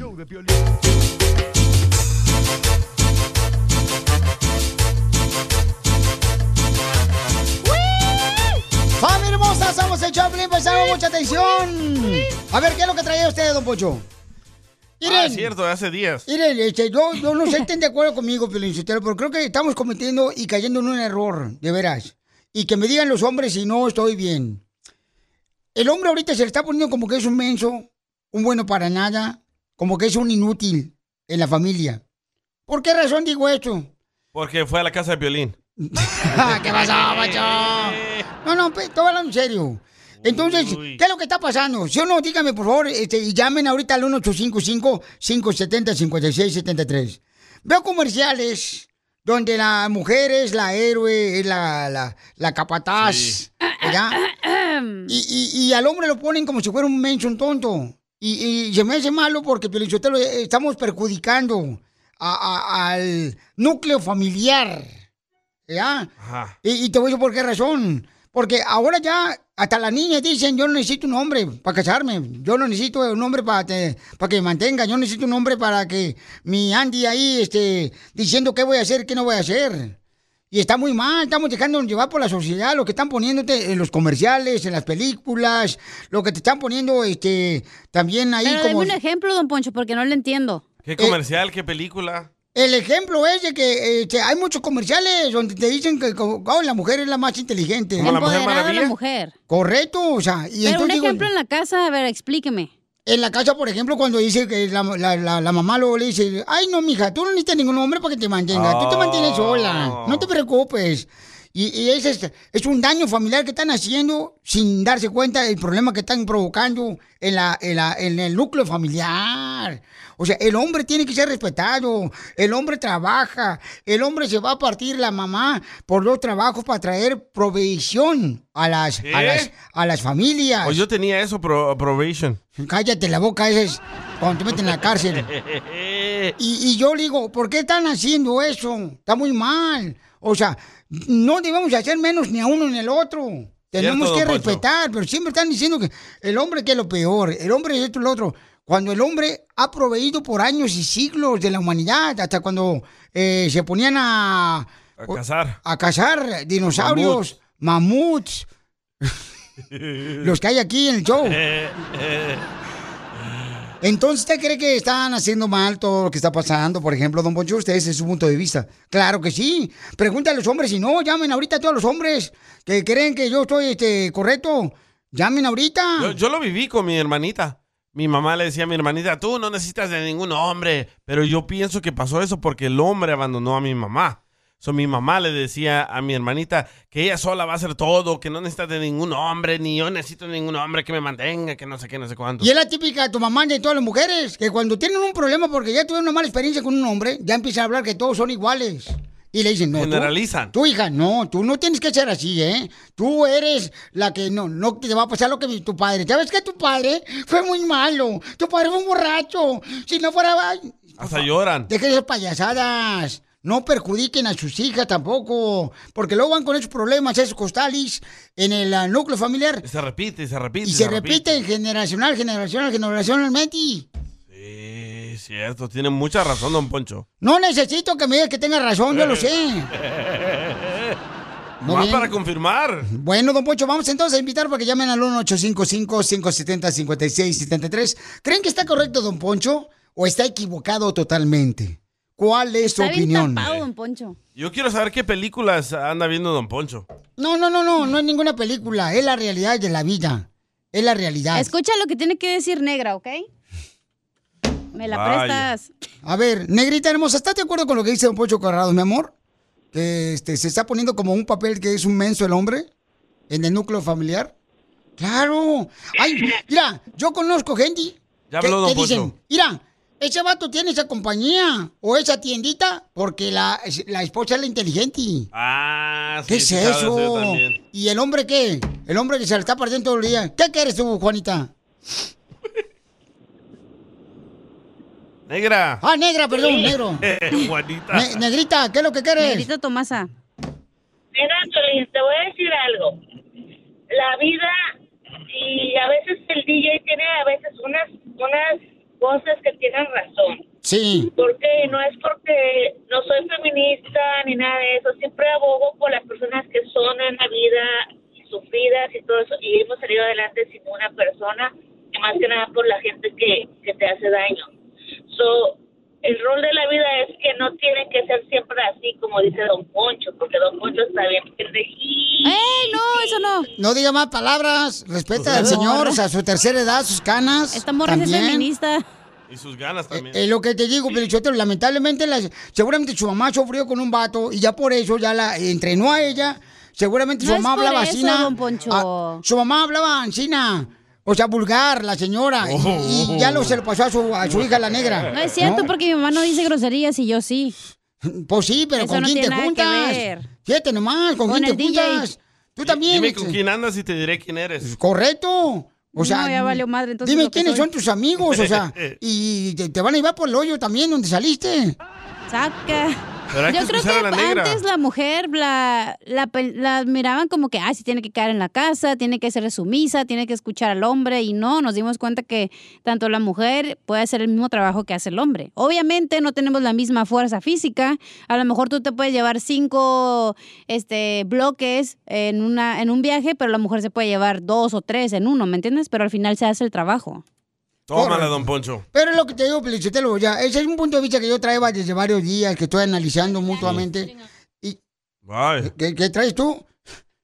Speaker 3: ¡Familia hermosa! Somos el Choplin, pues hago mucha atención. A ver, ¿qué es lo que traía usted, don Pocho?
Speaker 6: Es cierto, hace días.
Speaker 3: Miren, yo no sé si estén de acuerdo conmigo, Piolinsotelo, pero creo que estamos cometiendo y cayendo en un error, de veras. Y que me digan los hombres si no estoy bien. El hombre ahorita se le está poniendo como que es un menso, un bueno para nada, como que es un inútil en la familia. ¿Por qué razón digo esto?
Speaker 6: Porque fue a la casa de Piolín.
Speaker 3: ¿Qué pasó, macho? No, estoy hablando en serio. Entonces, ¿qué es lo que está pasando? Si o no, dígame, por favor, y llamen ahorita al 1855-570-5673. Veo comerciales donde la mujer es la héroe, es la capataz, ¿verdad? Y al hombre lo ponen como si fuera un menso, un tonto. Y se me hace malo porque, Piolinsotelo, estamos perjudicando al núcleo familiar, ¿ya? Y te voy a decir por qué razón. Porque ahora ya hasta las niñas dicen, yo no necesito un hombre para casarme. Yo no necesito un hombre para que me mantenga. Yo necesito un hombre para que mi Andy ahí diciendo qué voy a hacer, qué no voy a hacer. Y está muy mal, estamos dejándonos llevar por la sociedad, lo que están poniéndote en los comerciales, en las películas, lo que te están poniendo también ahí.
Speaker 5: Pero
Speaker 3: como...
Speaker 5: dame un ejemplo, don Poncho, porque no le entiendo.
Speaker 6: ¿Qué comercial, qué película?
Speaker 3: El ejemplo es de que hay muchos comerciales donde te dicen que la mujer es la más inteligente.
Speaker 6: ¿Como la Mujer
Speaker 5: Empoderada
Speaker 6: Maravilla?
Speaker 5: la mujer.
Speaker 3: Correcto, o sea. Y
Speaker 5: Pero un
Speaker 3: entonces
Speaker 5: ejemplo en la casa, a ver, explíqueme.
Speaker 3: En la casa, por ejemplo, cuando dice que la mamá luego le dice, ay, no, mija, tú no necesitas ningún hombre para que te mantenga. Tú te mantienes sola. No te preocupes. Y ese es un daño familiar que están haciendo sin darse cuenta del problema que están provocando en el núcleo familiar. O sea, el hombre tiene que ser respetado, el hombre trabaja, el hombre se va a partir la mamá por los trabajos para traer provisión a las familias.
Speaker 6: Pues yo tenía eso, probation.
Speaker 3: Cállate la boca, ese es cuando te meten en la cárcel. Y yo digo, ¿por qué están haciendo eso? Está muy mal. O sea, no debemos hacer menos ni a uno ni al otro. Tenemos que respetar, pero siempre están diciendo que el hombre que es lo peor, el hombre es esto y lo otro. Cuando el hombre ha proveído por años y siglos de la humanidad, hasta cuando se ponían a cazar dinosaurios, mamuts, los que hay aquí en el show. Entonces, ¿usted cree que están haciendo mal todo lo que está pasando? Por ejemplo, don Poncho, usted ese es su punto de vista. Claro que sí. Pregúntale a los hombres, si no, llamen ahorita a todos los hombres que creen que yo estoy correcto. Llamen ahorita.
Speaker 6: Yo lo viví con mi hermanita. Mi mamá le decía a mi hermanita, tú no necesitas de ningún hombre. Pero yo pienso que pasó eso porque el hombre abandonó a mi mamá. Mi mamá le decía a mi hermanita que ella sola va a hacer todo, que no necesita de ningún hombre, ni yo necesito de ningún hombre que me mantenga, que no sé qué, no sé cuánto.
Speaker 3: Y es la típica de tu mamá y de todas las mujeres, que cuando tienen un problema porque ya tuvieron una mala experiencia con un hombre, ya empiezan a hablar que todos son iguales. Y le dicen, no.
Speaker 6: Generalizan.
Speaker 3: Tú, hija, no, tú no tienes que ser así, ¿eh? Tú eres la que no te va a pasar lo que tu padre. ¿Sabes que tu padre fue muy malo? Tu padre fue un borracho. Si no fuera...
Speaker 6: Hasta lloran.
Speaker 3: Dejen esas payasadas. No perjudiquen a sus hijas tampoco, porque luego van con esos problemas, esos costales en el núcleo familiar.
Speaker 6: Y se repite.
Speaker 3: Y se repite generacionalmente.
Speaker 6: Sí, cierto, tiene mucha razón, don Poncho.
Speaker 3: No necesito que me diga que tenga razón, yo lo sé.
Speaker 6: Más para confirmar.
Speaker 3: Bueno, don Poncho, vamos entonces a invitar para que llamen al 1-855-570-5673. ¿Creen que está correcto, don Poncho, o está equivocado totalmente? ¿Cuál es tu opinión?
Speaker 5: Está bien tapado, don Poncho.
Speaker 6: Yo quiero saber qué películas anda viendo don Poncho.
Speaker 3: No es ninguna película. Es la realidad de la vida. Es la realidad.
Speaker 5: Escucha lo que tiene que decir Negra, ¿ok? Me la prestas.
Speaker 3: A ver, Negrita hermosa, ¿estás de acuerdo con lo que dice don Poncho Corrado, mi amor? Que se está poniendo como un papel que es un menso el hombre en el núcleo familiar. ¡Claro! Ay, mira, yo conozco gente
Speaker 6: ya habló don Poncho.
Speaker 3: Dicen, mira, ese vato tiene esa compañía o esa tiendita porque la esposa es la inteligente.
Speaker 6: Ah, sí.
Speaker 3: ¿Qué es eso? ¿Y el hombre qué? El hombre que se le está partiendo todo el día. ¿Qué quieres tú, Juanita?
Speaker 6: Negra.
Speaker 3: Ah, negra, perdón, negro.
Speaker 6: Juanita.
Speaker 3: Negrita, ¿qué es lo que quieres?
Speaker 5: Negrita Tomasa.
Speaker 4: Mira, Piolín, te voy a decir algo. La vida, y a veces el DJ tiene a veces unas cosas que tienen razón.
Speaker 3: Sí.
Speaker 4: Porque no es porque no soy feminista ni nada de eso. Siempre abogo por las personas que son en la vida sufridas y todo eso. Y hemos salido adelante sin una persona, y más que nada por la gente que te hace daño. El rol de la vida es que no tiene que ser siempre así como dice don Poncho, porque don Poncho está bien pendejito.
Speaker 5: No, eso no.
Speaker 3: No diga más palabras, respeta al señor, o sea, su tercera edad, sus canas.
Speaker 5: Esta morra es feminista.
Speaker 6: Y sus ganas también.
Speaker 3: Lo que te digo, Pelichotero, lamentablemente, seguramente su mamá sufrió con un vato y ya por eso ya la entrenó a ella. Seguramente su mamá hablaba así. Su mamá hablaba ansina. O sea, vulgar, la señora. Y ya se lo pasó a su hija, la negra.
Speaker 5: No es cierto, porque mi mamá no dice groserías y yo sí.
Speaker 3: Pues sí, pero
Speaker 5: eso
Speaker 3: ¿con quién te juntas? Fíjate nomás, ¿con quién te juntas? Tú también.
Speaker 6: Dime con quién andas y te diré quién eres.
Speaker 3: Correcto. O sea,
Speaker 5: no, ya valió madre, entonces
Speaker 3: dime quiénes son tus amigos, o sea, y te van a llevar por el hoyo también donde saliste.
Speaker 5: Saca.
Speaker 6: Pero hay
Speaker 5: Yo creo que antes la mujer la miraban como que, sí tiene que quedar en la casa, tiene que ser sumisa, tiene que escuchar al hombre, y no, nos dimos cuenta que tanto la mujer puede hacer el mismo trabajo que hace el hombre. Obviamente no tenemos la misma fuerza física, a lo mejor tú te puedes llevar 5 bloques en un viaje, pero la mujer se puede llevar 2 o 3 en uno, ¿me entiendes? Pero al final se hace el trabajo.
Speaker 6: Tómala, don Poncho.
Speaker 3: Pero es lo que te digo, Pelichotelo, ya, ese es un punto de vista que yo traigo desde varios días, que estoy analizando mutuamente. Y, ¿Qué traes tú?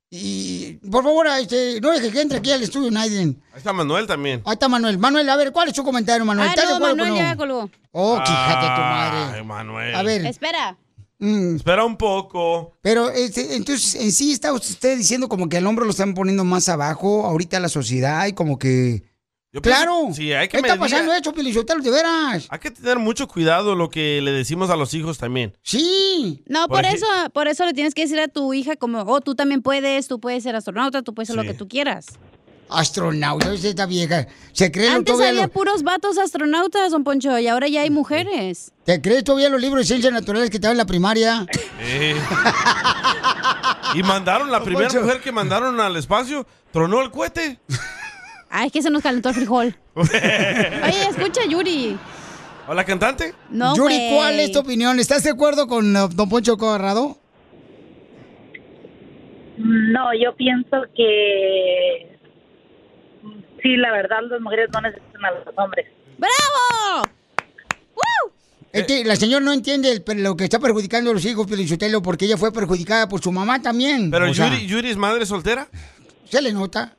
Speaker 3: Y, por favor, no deje que entre aquí al estudio nadie.
Speaker 6: Ahí está Manuel también.
Speaker 3: Ahí está Manuel. Manuel, a ver, ¿cuál es su comentario, Manuel? ¿Estás de acuerdo
Speaker 5: Manuel
Speaker 3: o no?
Speaker 5: ya colgó.
Speaker 3: Oh, fíjate tu madre.
Speaker 6: Ay, Manuel.
Speaker 3: A ver.
Speaker 5: Espera.
Speaker 6: Espera un poco.
Speaker 3: Pero, entonces, en sí está usted diciendo como que al hombre lo están poniendo más abajo ahorita la sociedad y como que... ¡Claro!
Speaker 6: Sí, hay que
Speaker 3: ¿Qué está
Speaker 6: medir.
Speaker 3: pasando esto, Pielichotelo, de veras?
Speaker 6: Hay que tener mucho cuidado lo que le decimos a los hijos también.
Speaker 3: Sí.
Speaker 5: No, por eso le tienes que decir a tu hija como, tú también puedes, tú puedes ser astronauta, tú puedes ser lo que tú quieras.
Speaker 3: Astronauta, esta vieja. ¿Se cree
Speaker 5: Antes
Speaker 3: todavía
Speaker 5: había puros vatos astronautas, don Poncho, y ahora ya hay mujeres.
Speaker 3: ¿Te crees todavía los libros de ciencias naturales que te dan en la primaria?
Speaker 6: Y mandaron, la primera mujer que mandaron al espacio, tronó el cohete.
Speaker 5: Ay, es que se nos calentó el frijol. Oye, escucha, Yuri.
Speaker 6: ¿Hola, cantante?
Speaker 5: No,
Speaker 3: Yuri, ¿cuál es tu opinión? ¿Estás de acuerdo con don Poncho Corrado?
Speaker 7: No, yo pienso que sí, la verdad, las mujeres no necesitan a los hombres.
Speaker 5: ¡Bravo! ¡Woo!
Speaker 3: Es que la señora no entiende lo que está perjudicando a los hijos, Pielichotelo, porque ella fue perjudicada por su mamá también.
Speaker 6: Pero Yuri es madre soltera.
Speaker 3: Se le nota.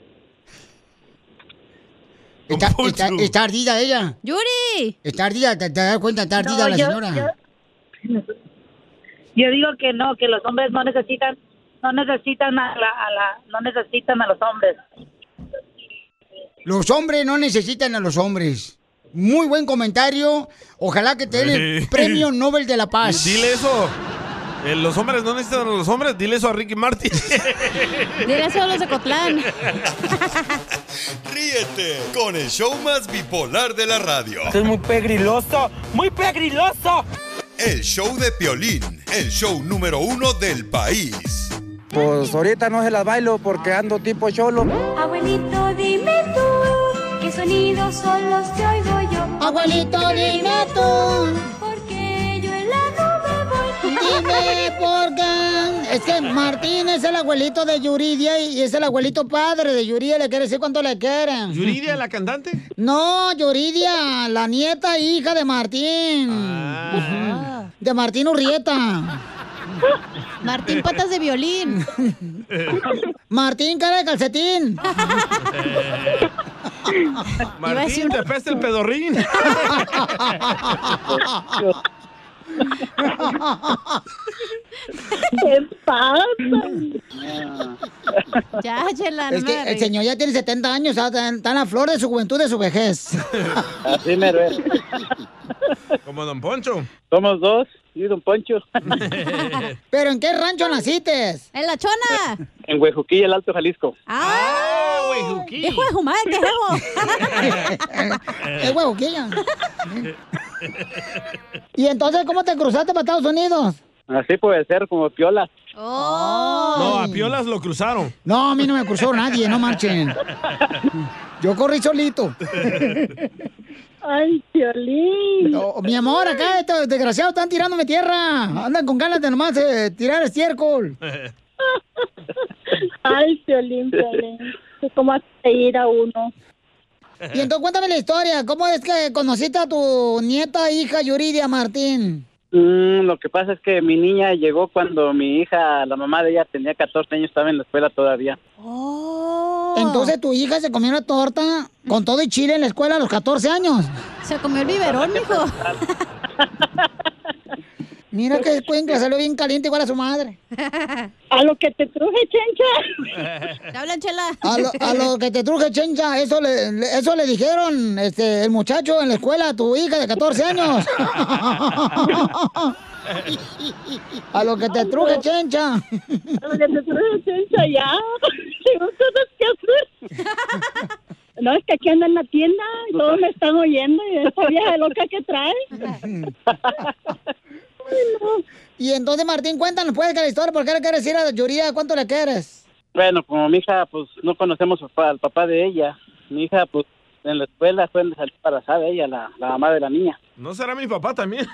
Speaker 3: Está ardida ella.
Speaker 5: ¡Yuri!
Speaker 3: Está ardida, ¿te das cuenta? Está ardida la señora.
Speaker 7: Yo digo que no, que los hombres no necesitan a los hombres.
Speaker 3: Los hombres no necesitan a los hombres. Muy buen comentario. Ojalá que te den el premio Nobel de la Paz.
Speaker 6: Dile eso. Los hombres no necesitan a los hombres. Dile eso a Ricky Martin.
Speaker 5: Dile eso a los de Cotlán.
Speaker 9: Ríete con el show más bipolar de la radio.
Speaker 18: Esto es muy pegriloso, muy pegriloso.
Speaker 9: El show de Piolín, el show número 1 del país.
Speaker 18: Pues ahorita no se las bailo porque ando tipo cholo.
Speaker 8: Abuelito, dime tú, ¿qué sonidos son los que oigo yo?
Speaker 3: Abuelito, dime tú,
Speaker 8: porque yo en la nube voy.
Speaker 3: dime por qué. Es que Martín es el abuelito de Yuridia y es el abuelito padre de Yuridia. Le quiere decir cuánto le quieren.
Speaker 6: ¿Yuridia, la cantante?
Speaker 3: No, Yuridia, la nieta hija de Martín. De Martín Urrieta.
Speaker 5: Martín Patas de Violín.
Speaker 3: Martín Cara de Calcetín.
Speaker 6: Martín, te peste el pedorrín.
Speaker 7: ¿Qué pasa?
Speaker 5: Ya, Chela,
Speaker 3: es que el señor ya tiene 70 años, está en la flor de su juventud, de su vejez.
Speaker 23: Así mero es.
Speaker 6: Como don Poncho.
Speaker 23: Somos dos y don Poncho.
Speaker 3: ¿Pero en qué rancho naciste?
Speaker 5: En La Chona.
Speaker 23: En Huejuquilla, el Alto Jalisco.
Speaker 5: ¡Huejuquilla! ¡Es huevo, madre, qué huevo!
Speaker 3: Es Huejuquilla. ¿Y entonces cómo te cruzaste para Estados Unidos?
Speaker 23: Así puede ser, como Piola.
Speaker 6: No, a Piolas lo cruzaron.
Speaker 3: No, a mí no me cruzó nadie, no marchen. Yo corrí solito.
Speaker 7: Ay, Piolín.
Speaker 3: No, mi amor, acá estos desgraciados están tirándome tierra. Andan con ganas de nomás tirar estiércol.
Speaker 7: Ay, Piolín. ¿Cómo hace ir a uno?
Speaker 3: Y entonces cuéntame la historia. ¿Cómo es que conociste a tu nieta, hija Yuridia Martín?
Speaker 23: Lo que pasa es que mi niña llegó cuando mi hija, la mamá de ella, tenía 14 años, estaba en la escuela todavía.
Speaker 3: Entonces tu hija se comió una torta con todo y chile en la escuela a los 14 años.
Speaker 5: Se comió el biberón, mijo.
Speaker 3: Mira que cuenca, salió bien caliente igual a su madre.
Speaker 7: A lo que te truje, chencha.
Speaker 5: ¿Te hablan, Chela?
Speaker 3: A lo que te truje, chencha. Eso le dijeron el muchacho en la escuela a tu hija de 14 años. A lo que te truje, chencha.
Speaker 7: A lo que te truje, chencha, ya. Tengo cosas que hacer. No, es que aquí ando en la tienda y todos me están oyendo y esa vieja loca que trae.
Speaker 3: Y entonces, Martín, cuéntanos pues que la historia, ¿por qué le quieres decir a Yuridia cuánto le quieres?
Speaker 23: Bueno, como mi hija, pues, no conocemos al papá de ella. Mi hija, pues, en la escuela fue donde salió embarazada ella, la mamá de la niña.
Speaker 6: ¿No será mi papá también?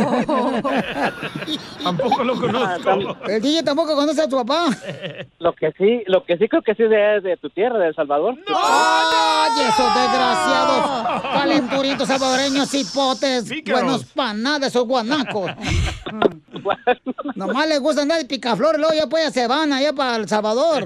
Speaker 6: Tampoco lo conozco.
Speaker 3: El DJ tampoco conoce a tu papá.
Speaker 23: Lo que sí creo que sí es de tu tierra, de El Salvador.
Speaker 3: ¡No! ¡Ay, esos desgraciados! Calenturitos salvadoreños, hipotes, buenos para nada, esos guanacos.
Speaker 11: igual.
Speaker 3: Nomás les gusta andar de picaflor, luego ya pues se van allá para El Salvador.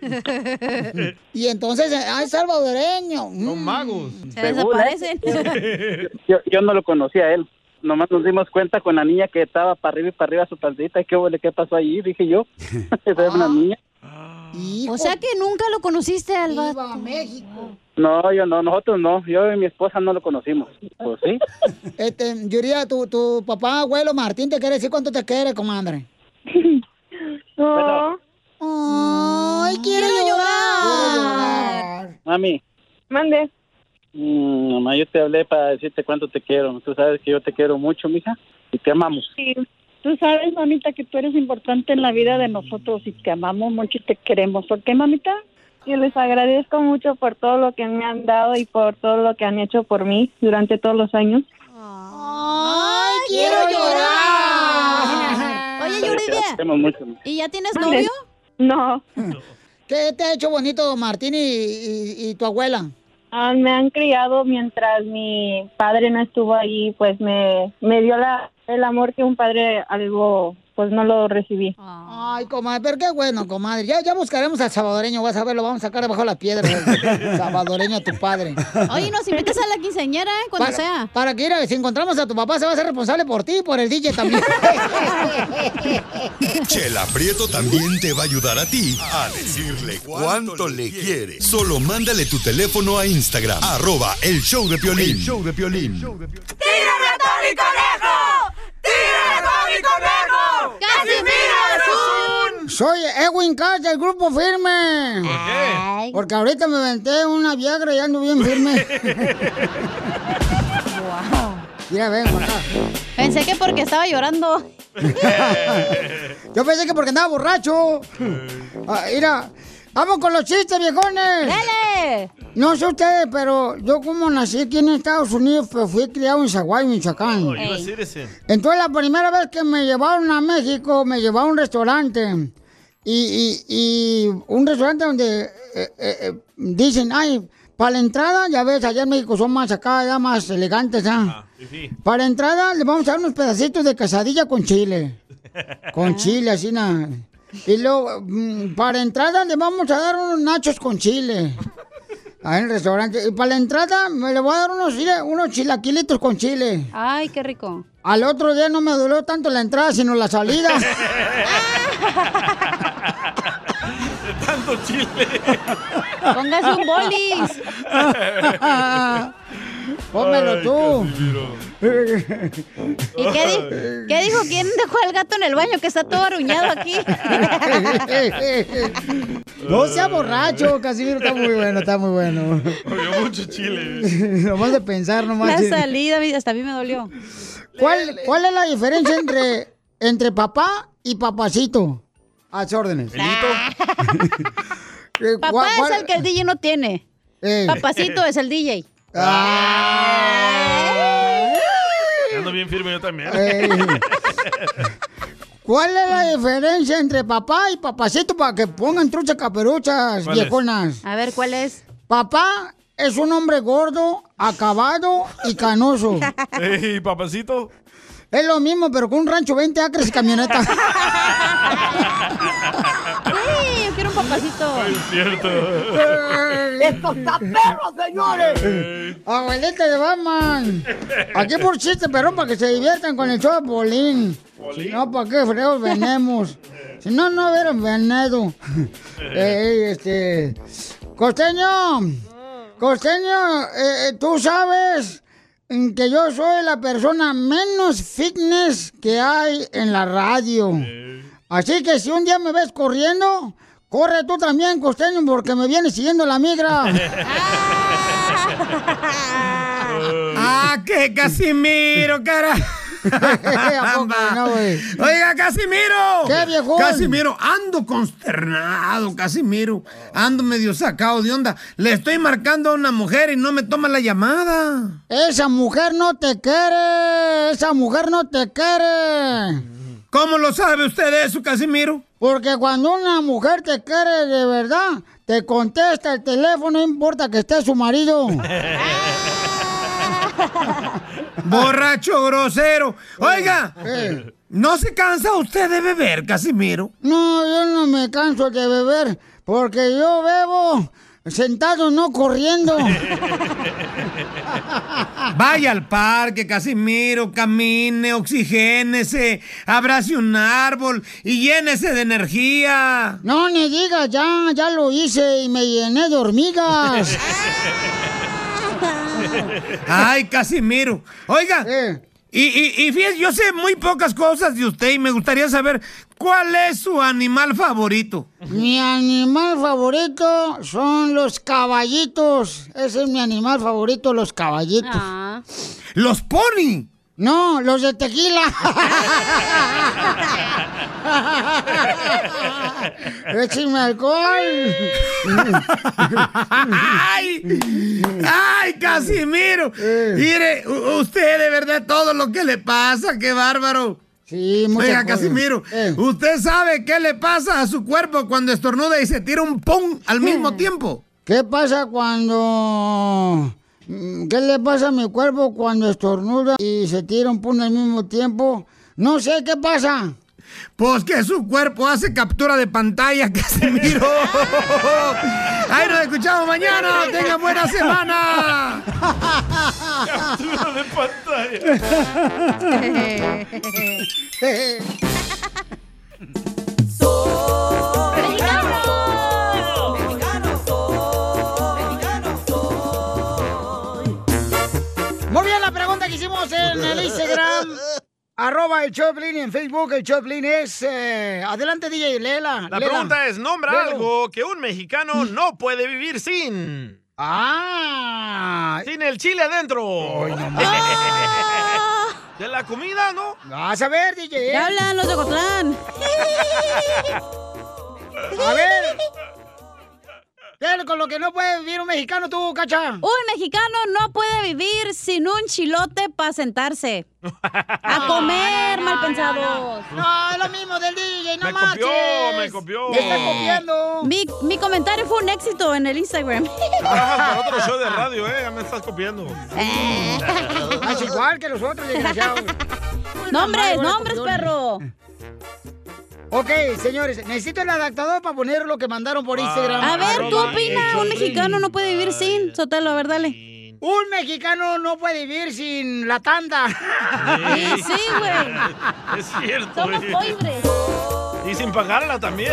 Speaker 3: Y entonces, es salvadoreño.
Speaker 6: Son magos.
Speaker 5: Se desaparecen.
Speaker 11: Yo no lo conocía a él. Nomás nos dimos cuenta con la niña que estaba para arriba y para arriba su pancita. ¿Qué pasó allí? Dije yo. Esa es una niña.
Speaker 5: O sea que nunca lo conociste al vato.
Speaker 3: ¡Viva México!
Speaker 11: No, yo no, nosotros no. Yo y mi esposa no lo conocimos. Pues sí.
Speaker 3: Yuridia, tu papá, abuelo Martín, ¿te quiere decir cuánto te quiere, comadre?
Speaker 11: Bueno.
Speaker 3: ¡Ay, quiero llorar!
Speaker 11: Mami.
Speaker 22: Mande.
Speaker 11: Mamá, yo te hablé para decirte cuánto te quiero. Tú sabes que yo te quiero mucho, mija, y te amamos.
Speaker 20: Sí, tú sabes, mamita, que tú eres importante en la vida de nosotros y te amamos mucho y te queremos. ¿Por qué, mamita?
Speaker 12: Y les agradezco mucho por todo lo que me han dado y por todo lo que han hecho por mí durante todos los años.
Speaker 3: ¡Ay, quiero llorar!
Speaker 5: Oye, Yuridia, ¿y ya tienes novio?
Speaker 12: No.
Speaker 3: ¿Qué te ha hecho bonito Martín y tu abuela?
Speaker 12: Me han criado mientras mi padre no estuvo ahí, pues me dio el amor que un padre algo, pues no lo recibí.
Speaker 3: Ay, comadre, pero qué bueno, comadre. Ya buscaremos al salvadoreño, vas a ver, lo vamos a sacar debajo de la piedra. El salvadoreño a tu padre.
Speaker 5: Oye, nos invitas a la quinceañera, cuando sea.
Speaker 3: Para que, si encontramos a tu papá, se va a hacer responsable por ti y por el DJ también.
Speaker 9: Chela Prieto también te va a ayudar a ti a decirle cuánto le quiere. Solo mándale tu teléfono a Instagram, @el show de Piolín.
Speaker 10: ¡Tírame a Tony Conejo! ¡Tírame a Tony Conejo! ¡Casimiro es un!
Speaker 3: Soy Edwin Cass del Grupo Firme.
Speaker 6: ¿Por qué?
Speaker 3: Porque ahorita me aventé una Viagra y ando bien firme.
Speaker 5: Wow.
Speaker 3: Mira, ven para acá.
Speaker 5: Pensé que porque estaba llorando.
Speaker 3: Yo pensé que porque andaba borracho. Mira, vamos con los chistes, viejones.
Speaker 5: ¡Dale!
Speaker 3: No sé ustedes, pero yo como nací aquí en Estados Unidos, pues fui criado en Zaguay, Michoacán. Entonces la primera vez que me llevaron a México, me llevaron a un restaurante. Y un restaurante donde dicen, ay, para la entrada, ya ves, allá en México son más acá, ya más elegantes, ¿ah? Para la entrada le vamos a dar unos pedacitos de quesadilla con chile. Con chile, así nada. Y luego, para entrada le vamos a dar unos nachos con chile. Ahí en el restaurante. Y para la entrada me le voy a dar unos chilaquilitos con chile.
Speaker 5: Ay, qué rico.
Speaker 3: Al otro día no me dolió tanto la entrada, sino la salida.
Speaker 6: De tanto chile.
Speaker 5: Póngase un bolis.
Speaker 3: Pónmelo tú.
Speaker 5: ¿Y qué dijo? ¿Quién dejó al gato en el baño que está todo arruñado aquí?
Speaker 3: No sea borracho, Casimiro, está muy bueno, está muy bueno.
Speaker 6: Oye, mucho chile.
Speaker 3: Nomás de pensar, nomás.
Speaker 5: La salida, hasta a mí me dolió.
Speaker 3: ¿Cuál es la diferencia entre papá y papacito? A sus órdenes.
Speaker 5: Papá es el que el DJ no tiene. Papacito es el DJ.
Speaker 6: Ando bien firme yo también.
Speaker 3: ¿Cuál es la diferencia entre papá y papacito para que pongan truchas caperuchas, viejonas?
Speaker 5: A ver, ¿cuál es?
Speaker 3: Papá es un hombre gordo, acabado y canoso.
Speaker 6: ¿Y papacito?
Speaker 3: Es lo mismo, pero con un rancho 20 acres y camioneta.
Speaker 5: Sí, yo quiero un papacito.
Speaker 6: Es cierto.
Speaker 10: ¡Esto está perro, señores!
Speaker 3: Abuelita de Batman. Aquí por chiste, perrón, para que se diviertan con el show de Polín. Si no, ¿para qué freos venemos? Si no, no hubieran venido. Costeño, tú sabes que yo soy la persona menos fitness que hay en la radio. Así que si un día me ves corriendo, corre tú también, Costeño, porque me viene siguiendo la migra.
Speaker 13: ¡Que Casimiro, cara!
Speaker 3: No,
Speaker 13: Oiga, Casimiro.
Speaker 3: ¿Qué, viejo?
Speaker 13: Casimiro, ando consternado, Casimiro. Ando medio sacado de onda. Le estoy marcando a una mujer y no me toma la llamada.
Speaker 3: Esa mujer no te quiere. Esa mujer no te quiere.
Speaker 13: ¿Cómo lo sabe usted de eso, Casimiro?
Speaker 3: Porque cuando una mujer te quiere de verdad, te contesta el teléfono, no importa que esté su marido.
Speaker 13: Borracho grosero. Oiga, ¿No se cansa usted de beber, Casimiro?
Speaker 3: No, yo no me canso de beber porque yo bebo sentado, no corriendo.
Speaker 13: Vaya al parque, Casimiro, camine, oxigénese, abrace un árbol y llénese de energía.
Speaker 3: No, ni digas, ya lo hice y me llené de hormigas.
Speaker 13: Ay, Casimiro. Oiga, y fíjese, yo sé muy pocas cosas de usted y me gustaría saber cuál es su animal favorito.
Speaker 3: Mi animal favorito son los caballitos. Ese es mi animal favorito, los caballitos.
Speaker 13: ¿Los pony?
Speaker 3: No, los de tequila. ¡Écheme alcohol!
Speaker 13: ¡Ay, Casimiro! Mire, usted de verdad todo lo que le pasa, ¡qué bárbaro!
Speaker 3: Sí,
Speaker 13: Oiga, Casimiro, ¿usted sabe qué le pasa a su cuerpo cuando estornuda y se tira un pum al mismo tiempo?
Speaker 3: ¿Qué pasa cuando... ¿Qué le pasa a mi cuerpo cuando estornuda y se tira un pum al mismo tiempo? No sé, ¿qué pasa?
Speaker 13: Pues que su cuerpo hace captura de pantalla, Casimiro. ¡Ahí nos escuchamos mañana! ¡Tengan buena semana!
Speaker 6: Captura de
Speaker 3: Muy bien, la pregunta que hicimos en el Instagram, @ el Choplin, y en Facebook el Choplin es... adelante, DJ, léela.
Speaker 6: La pregunta es, nombra algo que un mexicano no puede vivir sin. Sin el chile adentro.
Speaker 3: Ay, no,
Speaker 6: de la comida, ¿no?
Speaker 3: Vas a ver, DJ.
Speaker 5: ¿Qué hablan los de Ocotlán?
Speaker 3: A ver. ¿Qué es con lo que no puede vivir un mexicano tú, Cacha?
Speaker 5: Un mexicano no puede vivir sin un chilote para sentarse. A comer, mal pensados.
Speaker 3: No, es lo mismo del DJ, no
Speaker 6: me
Speaker 3: marches.
Speaker 6: Me copió.
Speaker 3: Me está copiando.
Speaker 5: Mi comentario fue un éxito en el Instagram.
Speaker 6: Trabajas para otro show de radio, ya me estás copiando.
Speaker 3: Es igual que los otros, desgraciados.
Speaker 5: Nombres, perro.
Speaker 3: Ok, señores, necesito el adaptador para poner lo que mandaron por Instagram.
Speaker 5: A ver, ¿tú opinas? Un mexicano no puede vivir sin. Sotelo, a ver, dale.
Speaker 3: Un mexicano no puede vivir sin la tanda.
Speaker 5: Sí, güey.
Speaker 6: Es cierto.
Speaker 5: Somos pobres.
Speaker 6: Y sin pagarla también.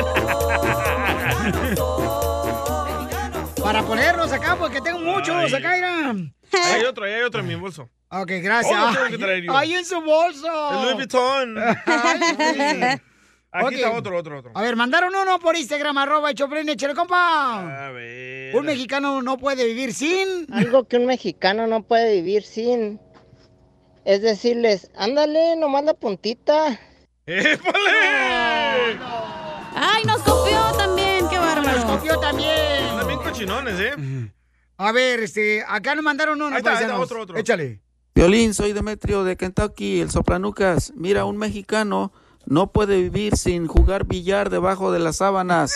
Speaker 3: Para ponerlos acá, porque tengo muchos acá, mira.
Speaker 6: Hay otro en mi bolso.
Speaker 3: Ok, gracias.
Speaker 6: Oh, tengo que traer yo.
Speaker 3: ¡Ay, en su bolso!
Speaker 6: El Louis Vuitton. Aquí está otro.
Speaker 3: A ver, mandaron uno por Instagram, @ el Choplin, échale, compa.
Speaker 6: A ver.
Speaker 3: Un mexicano no puede vivir sin...
Speaker 14: Algo que un mexicano no puede vivir sin es decirles, ándale, nomás la puntita.
Speaker 6: ¡Épale!
Speaker 5: ¡Ay, nos copió también! ¡Qué bárbaro!
Speaker 3: Nos copió también.
Speaker 6: También cochinones,
Speaker 3: A ver, acá nos mandaron uno.
Speaker 6: Ahí está, otro.
Speaker 3: Échale.
Speaker 15: Piolín, soy Demetrio de Kentucky, el soplanucas. Mira, un mexicano no puede vivir sin jugar billar debajo de las sábanas.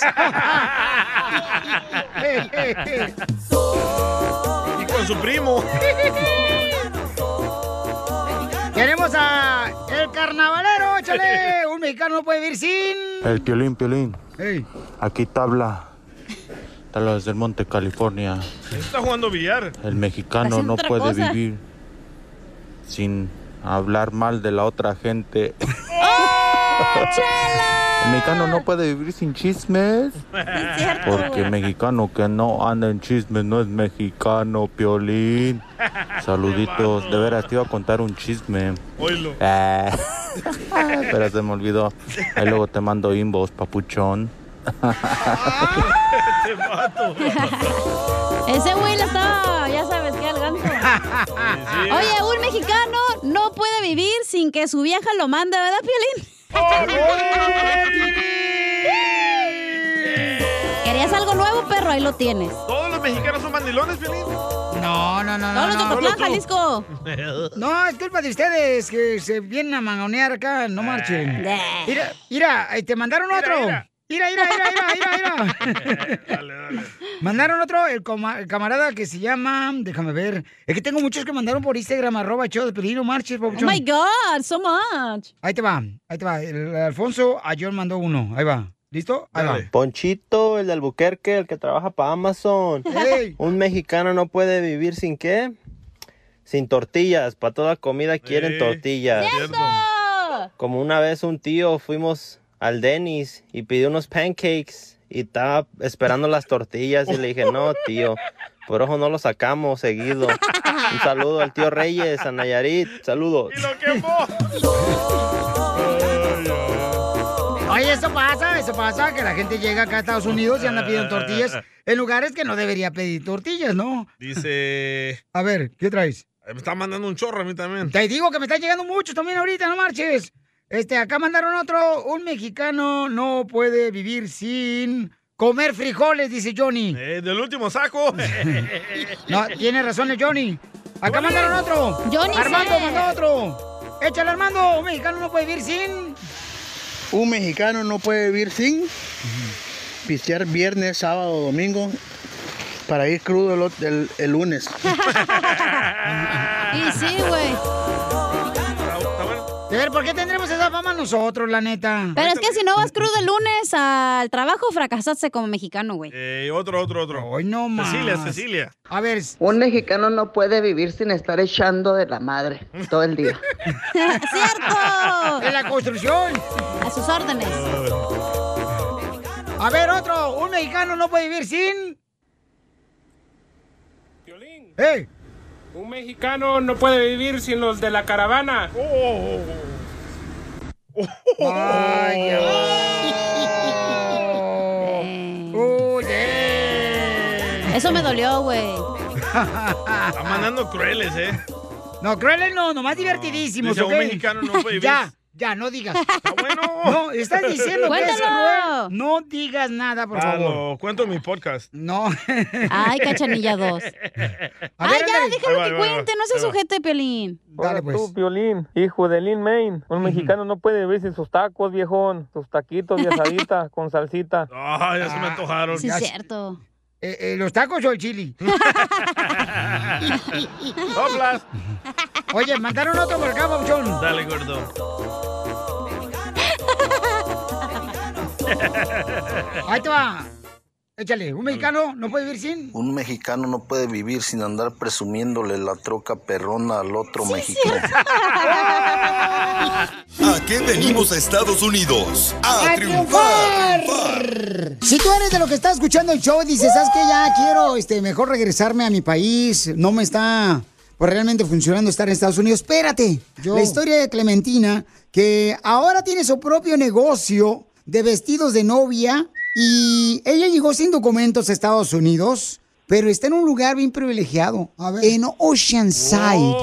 Speaker 6: Y con su primo.
Speaker 3: Tenemos a el carnavalero, échale. Un mexicano no puede vivir sin...
Speaker 16: El Piolín.
Speaker 3: Hey.
Speaker 16: Aquí tabla desde el Monte, California.
Speaker 6: Está jugando billar.
Speaker 16: El mexicano no puede vivir sin hablar mal de la otra gente. El mexicano no puede vivir sin chismes.
Speaker 5: Es cierto,
Speaker 16: porque
Speaker 5: güey.
Speaker 16: mexicano que no anda en chismes no es mexicano, Piolín. Saluditos. De veras, te iba a contar un chisme.
Speaker 6: Oílo.
Speaker 16: Pero se me olvidó. Ahí luego te mando inbox, papuchón.
Speaker 6: Te mato.
Speaker 5: Ese güey la estaba, ya sabes, qué al ganso. Oye, un mexicano no puede vivir sin que su vieja lo mande, ¿verdad, Piolín? ¿Querías algo nuevo, perro? Ahí lo tienes.
Speaker 6: ¿Todos los mexicanos son mandilones, Piolín?
Speaker 3: No.
Speaker 5: Todos los de Ocotlán, Jalisco.
Speaker 3: No, es culpa de ustedes que se vienen a mangonear acá, no marchen. Mira, te mandaron otro. Mira. Dale. Mandaron otro, el camarada que se llama, déjame ver, es que tengo muchos que mandaron por Instagram, @show de Piolín, no marches, papuchón.
Speaker 5: Oh my God, so much.
Speaker 3: Ahí te va. El Alfonso Ayón mandó uno, ahí va. ¿Listo? Ahí va.
Speaker 1: Ponchito, el de Albuquerque, el que trabaja para Amazon.
Speaker 3: Hey.
Speaker 1: Un mexicano no puede vivir sin ¿qué? Sin tortillas. Para toda comida quieren tortillas.
Speaker 5: ¡Cierto!
Speaker 1: Como una vez un tío fuimos al Denny's y pidió unos pancakes y estaba esperando las tortillas y le dije, no, tío, por ojo no lo sacamos seguido. Un saludo al tío Reyes, a Nayarit. Saludos.
Speaker 6: ¡Y lo quemó!
Speaker 3: Oye, eso pasa, que la gente llega acá a Estados Unidos y anda pidiendo tortillas en lugares que no debería pedir tortillas, ¿no?
Speaker 6: Dice...
Speaker 3: A ver, ¿qué traes?
Speaker 6: Me está mandando un chorro a mí también.
Speaker 3: Te digo que me están llegando muchos también ahorita, no marches. Acá mandaron otro. Un mexicano no puede vivir sin comer frijoles, dice Johnny.
Speaker 6: Del último saco.
Speaker 3: No, tiene razón el Johnny. Acá mandaron otro.
Speaker 5: Johnny
Speaker 3: Armando mandó otro. Échale, Armando. Un mexicano no puede vivir sin...
Speaker 2: Un mexicano no puede vivir sin pistear viernes, sábado, domingo para ir crudo el lunes.
Speaker 5: Y sí, güey.
Speaker 3: A ver, ¿por qué tendremos esa fama nosotros, la neta?
Speaker 5: Pero es que si no vas crudo el lunes al trabajo, fracasaste como mexicano, güey.
Speaker 6: Otro.
Speaker 3: Hoy no más.
Speaker 6: Cecilia.
Speaker 3: A ver.
Speaker 17: Un mexicano no puede vivir sin estar echando de la madre todo el día.
Speaker 5: ¡Cierto!
Speaker 3: En la construcción.
Speaker 5: A sus órdenes.
Speaker 3: A ver, otro. Un mexicano no puede vivir sin...
Speaker 19: Piolín.
Speaker 3: ¡Hey!
Speaker 19: Un mexicano no puede vivir sin los de la caravana.
Speaker 3: ¡Vaya!
Speaker 5: Eso me dolió, güey.
Speaker 6: Está mandando crueles,
Speaker 3: No, crueles no, nomás divertidísimos,
Speaker 6: Dice,
Speaker 3: ¿ok?
Speaker 6: un mexicano no puede vivir.
Speaker 3: Ya, no digas.
Speaker 6: Está bueno.
Speaker 3: No, estás diciendo que es cruel. No digas nada, por favor.
Speaker 6: Lo cuento en mi podcast.
Speaker 3: No.
Speaker 5: Ay, Cachanilla 2. Ya, déjalo que cuente, no se sujete, Piolín.
Speaker 17: Dale, pues. Tú, Piolín, hijo de Lin Main. Un mexicano no puede vivir sin sus tacos, viejón. Sus taquitos de asadita con salsita.
Speaker 6: Ya se me antojaron.
Speaker 5: Sí, es cierto.
Speaker 3: ¿Los tacos o el chili?
Speaker 6: ¡Soplas!
Speaker 3: Oye, mandaron otro por acá, Pauchón.
Speaker 6: Dale, gordo.
Speaker 3: Ahí te va. Échale, ¿un mexicano no puede vivir sin?
Speaker 21: Un mexicano no puede vivir sin andar presumiéndole la troca perrona al otro mexicano.
Speaker 9: ¿A qué venimos a Estados Unidos? ¡A triunfar!
Speaker 3: Si tú eres de lo que está escuchando el show y dices, ¿sabes qué? Ya quiero mejor regresarme a mi país. No me está realmente funcionando estar en Estados Unidos. Espérate. La historia de Clementina, que ahora tiene su propio negocio de vestidos de novia. Y ella llegó sin documentos a Estados Unidos, pero está en un lugar bien privilegiado, en Oceanside.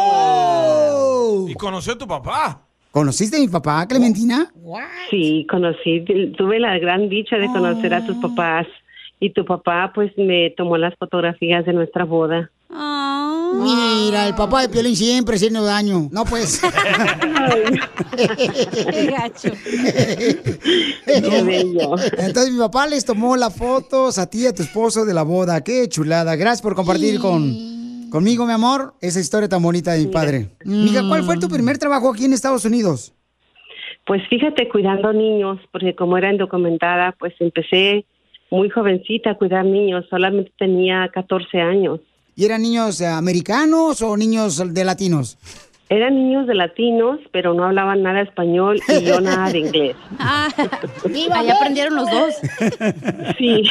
Speaker 6: ¿Y conoció a tu papá?
Speaker 3: ¿Conociste a mi papá, Clementina?
Speaker 26: Sí, conocí. Tuve la gran dicha de conocer a tus papás. Y tu papá, pues, me tomó las fotografías de nuestra boda.
Speaker 3: Mira, el papá de Piolín siempre haciendo daño. No, pues.
Speaker 5: Qué gacho.
Speaker 26: Qué bello.
Speaker 3: Entonces mi papá les tomó las fotos a ti y a tu esposo de la boda. Qué chulada. Gracias por compartir conmigo, mi amor, esa historia tan bonita de mi padre. Mija, ¿cuál fue tu primer trabajo aquí en Estados Unidos?
Speaker 26: Pues fíjate, cuidando niños, porque como era indocumentada, pues empecé muy jovencita a cuidar niños. Solamente tenía 14 años.
Speaker 3: ¿Y eran niños americanos o niños de latinos?
Speaker 26: Eran niños de latinos, pero no hablaban nada español y yo nada de inglés.
Speaker 5: Ahí aprendieron los dos.
Speaker 26: Sí.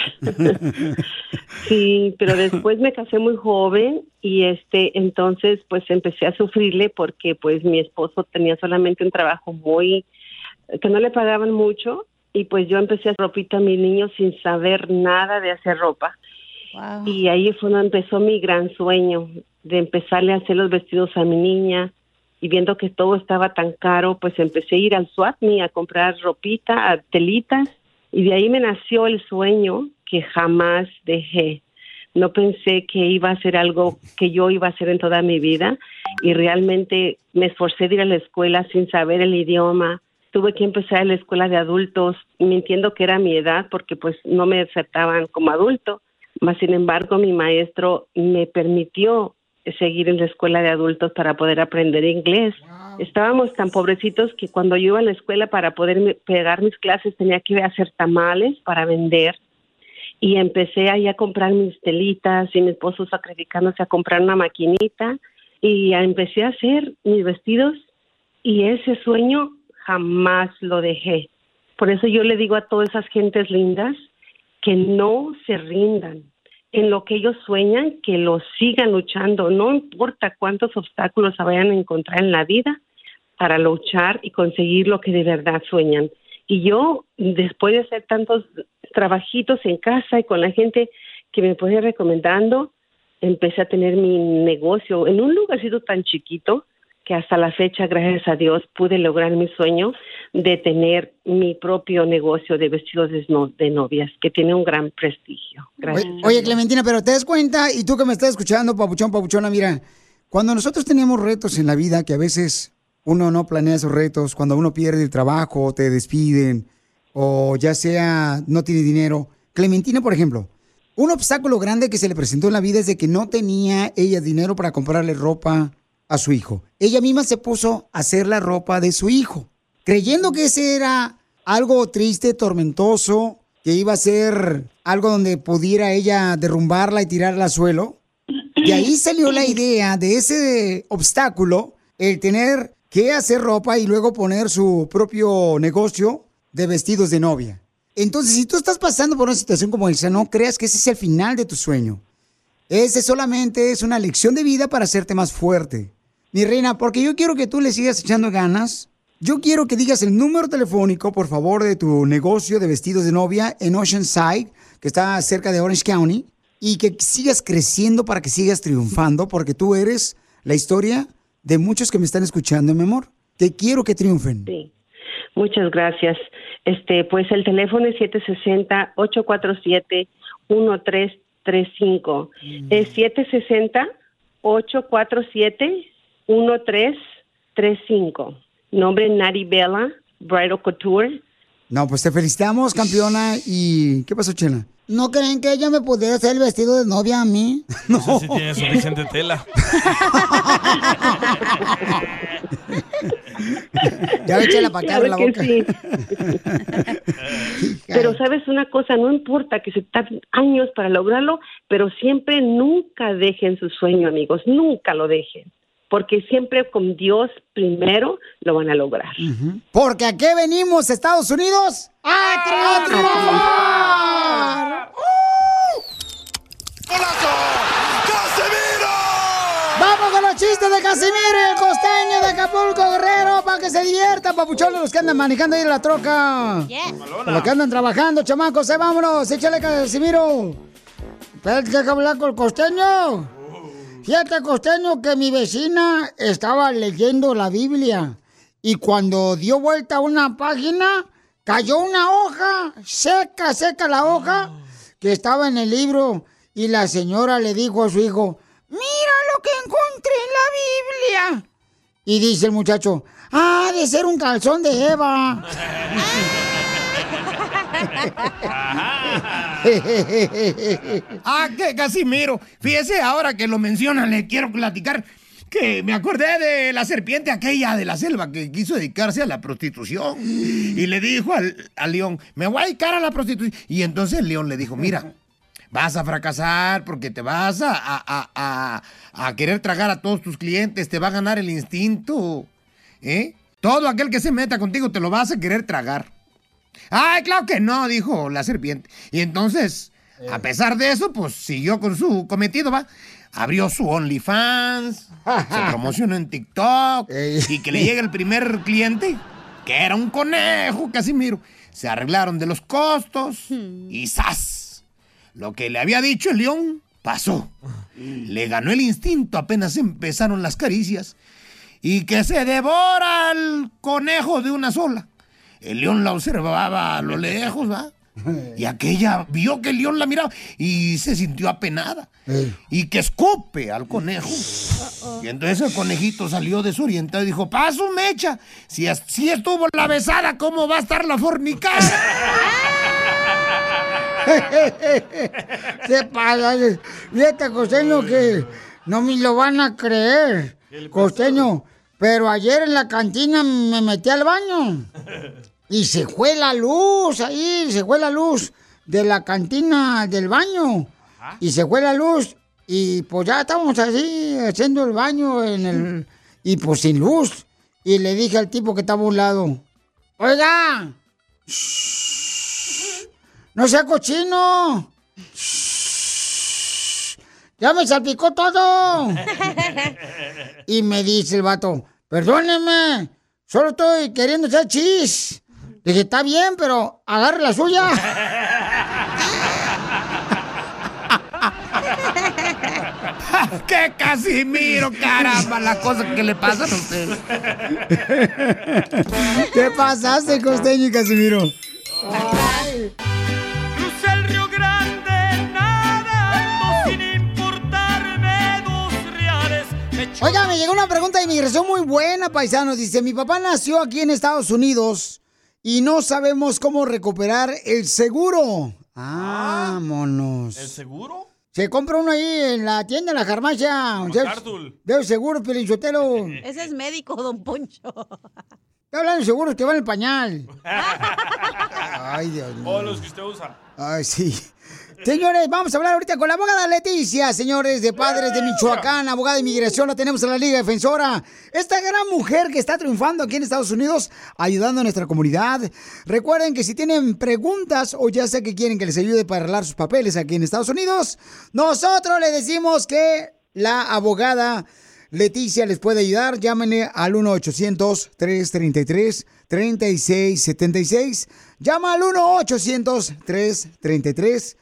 Speaker 26: Sí, pero después me casé muy joven y entonces pues empecé a sufrirle porque pues mi esposo tenía solamente un trabajo que no le pagaban mucho y pues yo empecé a hacer ropita a mis niños sin saber nada de hacer ropa. Wow. Y ahí fue donde empezó mi gran sueño de empezarle a hacer los vestidos a mi niña y viendo que todo estaba tan caro, pues empecé a ir al Swap Meet a comprar ropita, a telitas y de ahí me nació el sueño que jamás dejé. No pensé que iba a ser algo que yo iba a hacer en toda mi vida y realmente me esforcé de ir a la escuela sin saber el idioma tuve que empezar en la escuela de adultos, mintiendo que era mi edad porque pues no me aceptaban como adulto. Mas, sin embargo, mi maestro me permitió seguir en la escuela de adultos para poder aprender inglés. Wow. Estábamos tan pobrecitos que cuando yo iba a la escuela para poder pegar mis clases tenía que hacer tamales para vender. Y empecé ahí a comprar mis telitas y mi esposo sacrificándose a comprar una maquinita. Y empecé a hacer mis vestidos y ese sueño jamás lo dejé. Por eso yo le digo a todas esas gentes lindas que no se rindan en lo que ellos sueñan, que lo sigan luchando. No importa cuántos obstáculos se vayan a encontrar en la vida para luchar y conseguir lo que de verdad sueñan. Y yo, después de hacer tantos trabajitos en casa y con la gente que me fue recomendando, empecé a tener mi negocio en un lugarcito tan chiquito que hasta la fecha, gracias a Dios, pude lograr mi sueño de tener mi propio negocio de vestidos de novias, que tiene un gran prestigio. Gracias.
Speaker 3: Oye, Clementina, pero te das cuenta, y tú que me estás escuchando, papuchón, papuchona, mira, cuando nosotros tenemos retos en la vida, que a veces uno no planea esos retos, cuando uno pierde el trabajo, te despiden, o ya sea no tiene dinero. Clementina, por ejemplo, un obstáculo grande que se le presentó en la vida es de que no tenía ella dinero para comprarle ropa a su hijo. Ella misma se puso a hacer la ropa de su hijo, creyendo que ese era algo triste, tormentoso, que iba a ser algo donde pudiera ella derrumbarla y tirarla al suelo. Y ahí salió la idea de ese obstáculo, el tener que hacer ropa y luego poner su propio negocio de vestidos de novia. Entonces, si tú estás pasando por una situación como esa, no creas que ese es el final de tu sueño. Ese solamente es una lección de vida para hacerte más fuerte. Mi reina, porque yo quiero que tú le sigas echando ganas. Yo quiero que digas el número telefónico, por favor, de tu negocio de vestidos de novia en Oceanside, que está cerca de Orange County, y que sigas creciendo para que sigas triunfando, porque tú eres la historia de muchos que me están escuchando, mi amor. Te quiero que triunfen.
Speaker 26: Sí, muchas gracias. Pues el teléfono es 760-847-1335. Es 760-847-1335. Nombre Nari Bella, Bridal Couture.
Speaker 3: No, pues te felicitamos, campeona. ¿Y qué pasó, Chela? ¿No creen que ella me pudiera hacer el vestido de novia a mí?
Speaker 6: No sé si tiene suficiente tela.
Speaker 3: Ya le eché la patada en la boca.
Speaker 26: Sí. Pero sabes una cosa, no importa que se tarden años para lograrlo, pero siempre nunca dejen su sueño, amigos, nunca lo dejen. Porque siempre con Dios primero lo van a lograr.
Speaker 3: Porque ¿a qué venimos, Estados Unidos? ¡A triunfar!
Speaker 9: ¡Golazo! ¡Casimiro!
Speaker 3: ¡Vamos con los chistes de Casimiro, el costeño de Acapulco, Guerrero, para que se diviertan, papuchones, los que andan manejando ahí en la troca! Los que andan trabajando, chamacos, vámonos, échale, Casimiro. Espérate, que hablar con el costeño. Fíjate, costeño, que mi vecina estaba leyendo la Biblia y cuando dio vuelta a una página, cayó una hoja, seca la hoja que estaba en el libro y la señora le dijo a su hijo, mira lo que encontré en la Biblia. Y dice el muchacho, de ser un calzón de Eva.
Speaker 13: ¡Qué Casimiro! Fíjese, ahora que lo mencionan, le quiero platicar que me acordé de la serpiente aquella de la selva que quiso dedicarse a la prostitución. Y le dijo al león, me voy a dedicar a la prostitución. Y entonces el león le dijo, mira, vas a fracasar porque te vas a querer tragar a todos tus clientes, te va a ganar el instinto. Todo aquel que se meta contigo te lo vas a querer tragar. ¡Ay, claro que no!, dijo la serpiente. Y entonces, a pesar de eso, pues siguió con su cometido, ¿va? Abrió su OnlyFans, se promocionó en TikTok, y que le llegue el primer cliente, que era un conejo, Casimiro. Se arreglaron de los costos y ¡zas! Lo que le había dicho el león pasó. Le ganó el instinto apenas empezaron las caricias. Y que se devora al conejo de una sola. El león la observaba a lo lejos, ¿va? Y aquella vio que el león la miraba y se sintió apenada. Y que escupe al conejo. Y entonces el conejito salió desorientado y dijo, paso mecha, si así estuvo la besada, ¿cómo va a estar la fornicada?
Speaker 3: Se pasa. Fíjate, costeño, que no me lo van a creer. Costeño, pero ayer en la cantina me metí al baño. Y se fue la luz ahí, se fue la luz de la cantina del baño. Y se fue la luz. Y pues ya estábamos así, haciendo el baño y pues sin luz. Y le dije al tipo que estaba a un lado, oiga, no sea cochino. Ya me salpicó todo. Y me dice el vato, perdóneme, solo estoy queriendo echar chis. Le dije, está bien, pero agarre la suya.
Speaker 13: ¡Qué Casimiro, caramba! Las cosas que le pasan a ustedes.
Speaker 3: ¿Qué pasaste, costeño y Casimiro?
Speaker 10: Crucé el Río Grande nadando sin importarme 2 reales.
Speaker 3: Oiga, me llegó una pregunta de inmigración muy buena, paisanos. Dice, mi papá nació aquí en Estados Unidos y no sabemos cómo recuperar el seguro. Vámonos.
Speaker 6: ¿El seguro?
Speaker 3: Se compra uno ahí en la tienda, en la farmacia. De seguro, Pelichotelo.
Speaker 5: Ese es médico, don Poncho.
Speaker 3: Estoy hablando de seguros que van en el pañal. Ay, Dios mío.
Speaker 6: O los que usted usa.
Speaker 3: Ay, sí. Señores, vamos a hablar ahorita con la abogada Leticia, señores, de Padres de Michoacán, abogada de inmigración, la tenemos en la Liga Defensora. Esta gran mujer que está triunfando aquí en Estados Unidos, ayudando a nuestra comunidad. Recuerden que si tienen preguntas o ya sea que quieren que les ayude para arreglar sus papeles aquí en Estados Unidos, nosotros les decimos que la abogada Leticia les puede ayudar. Llámenle al 1-800-333-3676. Llama al 1-800-333-3676.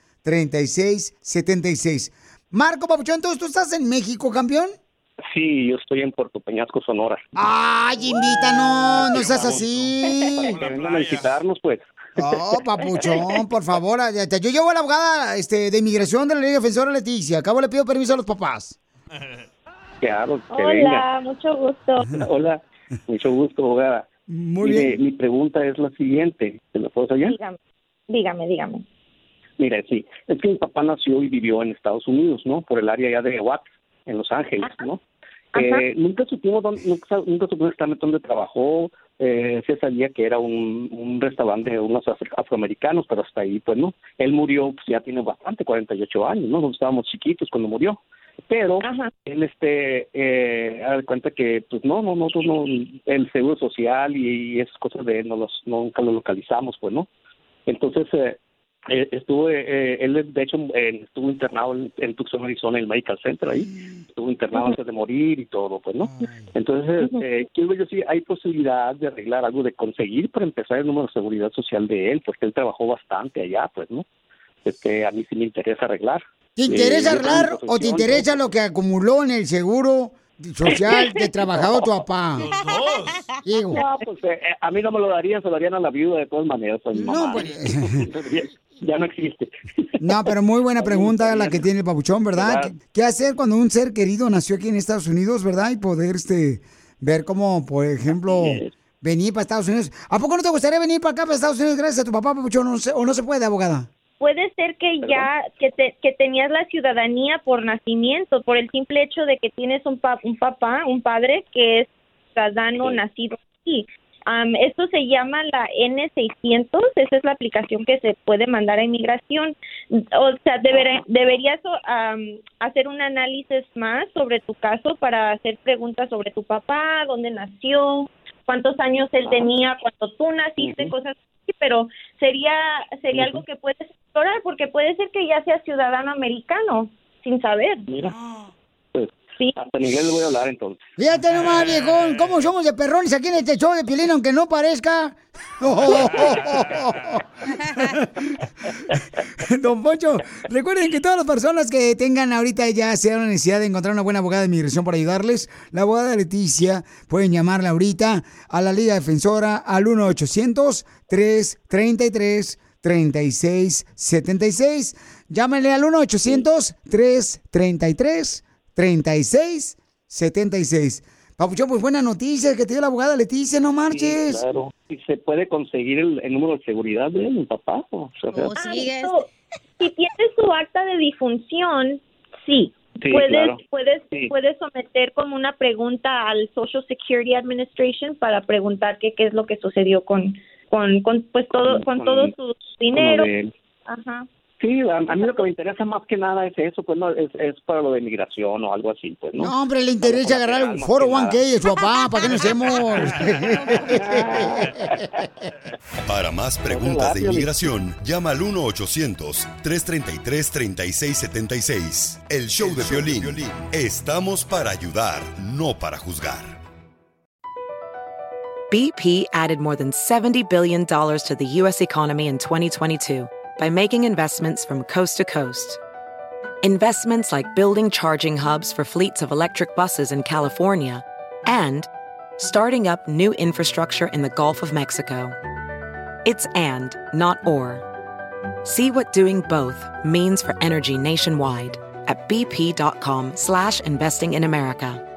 Speaker 3: Marco Papuchón, entonces, ¿tú estás en México, campeón?
Speaker 4: Sí, yo estoy en Puerto Peñasco, Sonora.
Speaker 3: ¡Ay, invítanos! No seas así.
Speaker 4: Que vengan a visitarnos, pues.
Speaker 3: Oh, Papuchón, por favor. Yo llevo a la abogada de inmigración de la Liga Defensora Leticia. Acabo le pido permiso a los papás.
Speaker 4: Claro, que
Speaker 12: Hola,
Speaker 4: venga.
Speaker 12: mucho gusto.
Speaker 4: Hola, mucho gusto, abogada.
Speaker 3: Muy bien.
Speaker 4: Mi pregunta es la siguiente. ¿Te la puedo hacer?
Speaker 12: Dígame.
Speaker 4: Mira, sí, es que mi papá nació y vivió en Estados Unidos, ¿no? Por el área ya de Watts, en Los Ángeles, ¿no? Nunca supimos exactamente dónde trabajó. Se sabía que era un restaurante de unos afroamericanos, pero hasta ahí, pues, ¿no? Él murió, pues, ya tiene bastante, 48 años, ¿no? Nosotros estábamos chiquitos cuando murió. Pero él, da cuenta que, pues, no, el seguro social y esas cosas de él nunca lo localizamos, pues, ¿no? Entonces, él de hecho estuvo internado en Tucson, Arizona, en el Medical Center ahí. Estuvo internado antes de morir y todo, pues, ¿no? Entonces, quiero ver si hay posibilidad de arreglar algo, de conseguir para empezar el número de seguridad social de él, porque él trabajó bastante allá, pues, ¿no? A mí sí me interesa arreglar.
Speaker 3: ¿Te interesa arreglar o te interesa lo que acumuló en el seguro social de trabajador tu papá?
Speaker 4: Los dos. No, pues a mí no me lo darían, se lo darían a la viuda de todas maneras. A mi mamá. Ya no existe.
Speaker 3: No, pero muy buena pregunta la que tiene el Papuchón, ¿verdad? ¿Qué hacer cuando un ser querido nació aquí en Estados Unidos, verdad? Y poder ver cómo, por ejemplo, venir para Estados Unidos. ¿A poco no te gustaría venir para acá, para Estados Unidos, gracias a tu papá, Papuchón? ¿O no se puede, abogada?
Speaker 12: Puede ser que ya que tenías la ciudadanía por nacimiento, por el simple hecho de que tienes un padre que es ciudadano nacido aquí. Esto se llama la N-600, esa es la aplicación que se puede mandar a inmigración. O sea, deberías hacer un análisis más sobre tu caso para hacer preguntas sobre tu papá, dónde nació, cuántos años él tenía cuando tú naciste, cosas así, pero sería algo que puedes explorar, porque puede ser que ya seas ciudadano americano, sin saber.
Speaker 4: Mira, pues, sí. Hasta Miguel le voy a hablar entonces.
Speaker 3: Fíjate nomás, viejón, cómo somos de perrones aquí en este show de Piolín, aunque no parezca. Don Poncho, recuerden que todas las personas que tengan ahorita ya sea la necesidad de encontrar una buena abogada de inmigración para ayudarles, la abogada Leticia, pueden llamarla ahorita a la Liga Defensora al 1-800-333 1-800-333-3676. Llámenle al 1-800-333-3676. Papuchón, pues buena noticia que te dio la abogada Leticia, no marches.
Speaker 4: Sí, claro. ¿Y se puede conseguir el número de seguridad de mi papá?
Speaker 12: Si tienes su acta de difunción, sí.
Speaker 4: Sí,
Speaker 12: puedes someter como una pregunta al Social Security Administration para preguntar qué es lo que sucedió con todo su dinero. Ajá.
Speaker 4: Sí, a mí lo que me interesa más que nada es eso, pues no es para lo de migración o algo así, pues no.
Speaker 3: No, hombre, le interesa agarrar el 401k de su papá, ¿para qué nos hacemos?
Speaker 9: Para más preguntas de inmigración, llama al 1-800-333-3676. El show de Piolín. Estamos para ayudar, no para juzgar.
Speaker 7: BP added more than $70 billion to the U.S. economy in 2022 by making investments from coast to coast. Investments like building charging hubs for fleets of electric buses in California and starting up new infrastructure in the Gulf of Mexico. It's and, not or. See what doing both means for energy nationwide at bp.com/investing in America.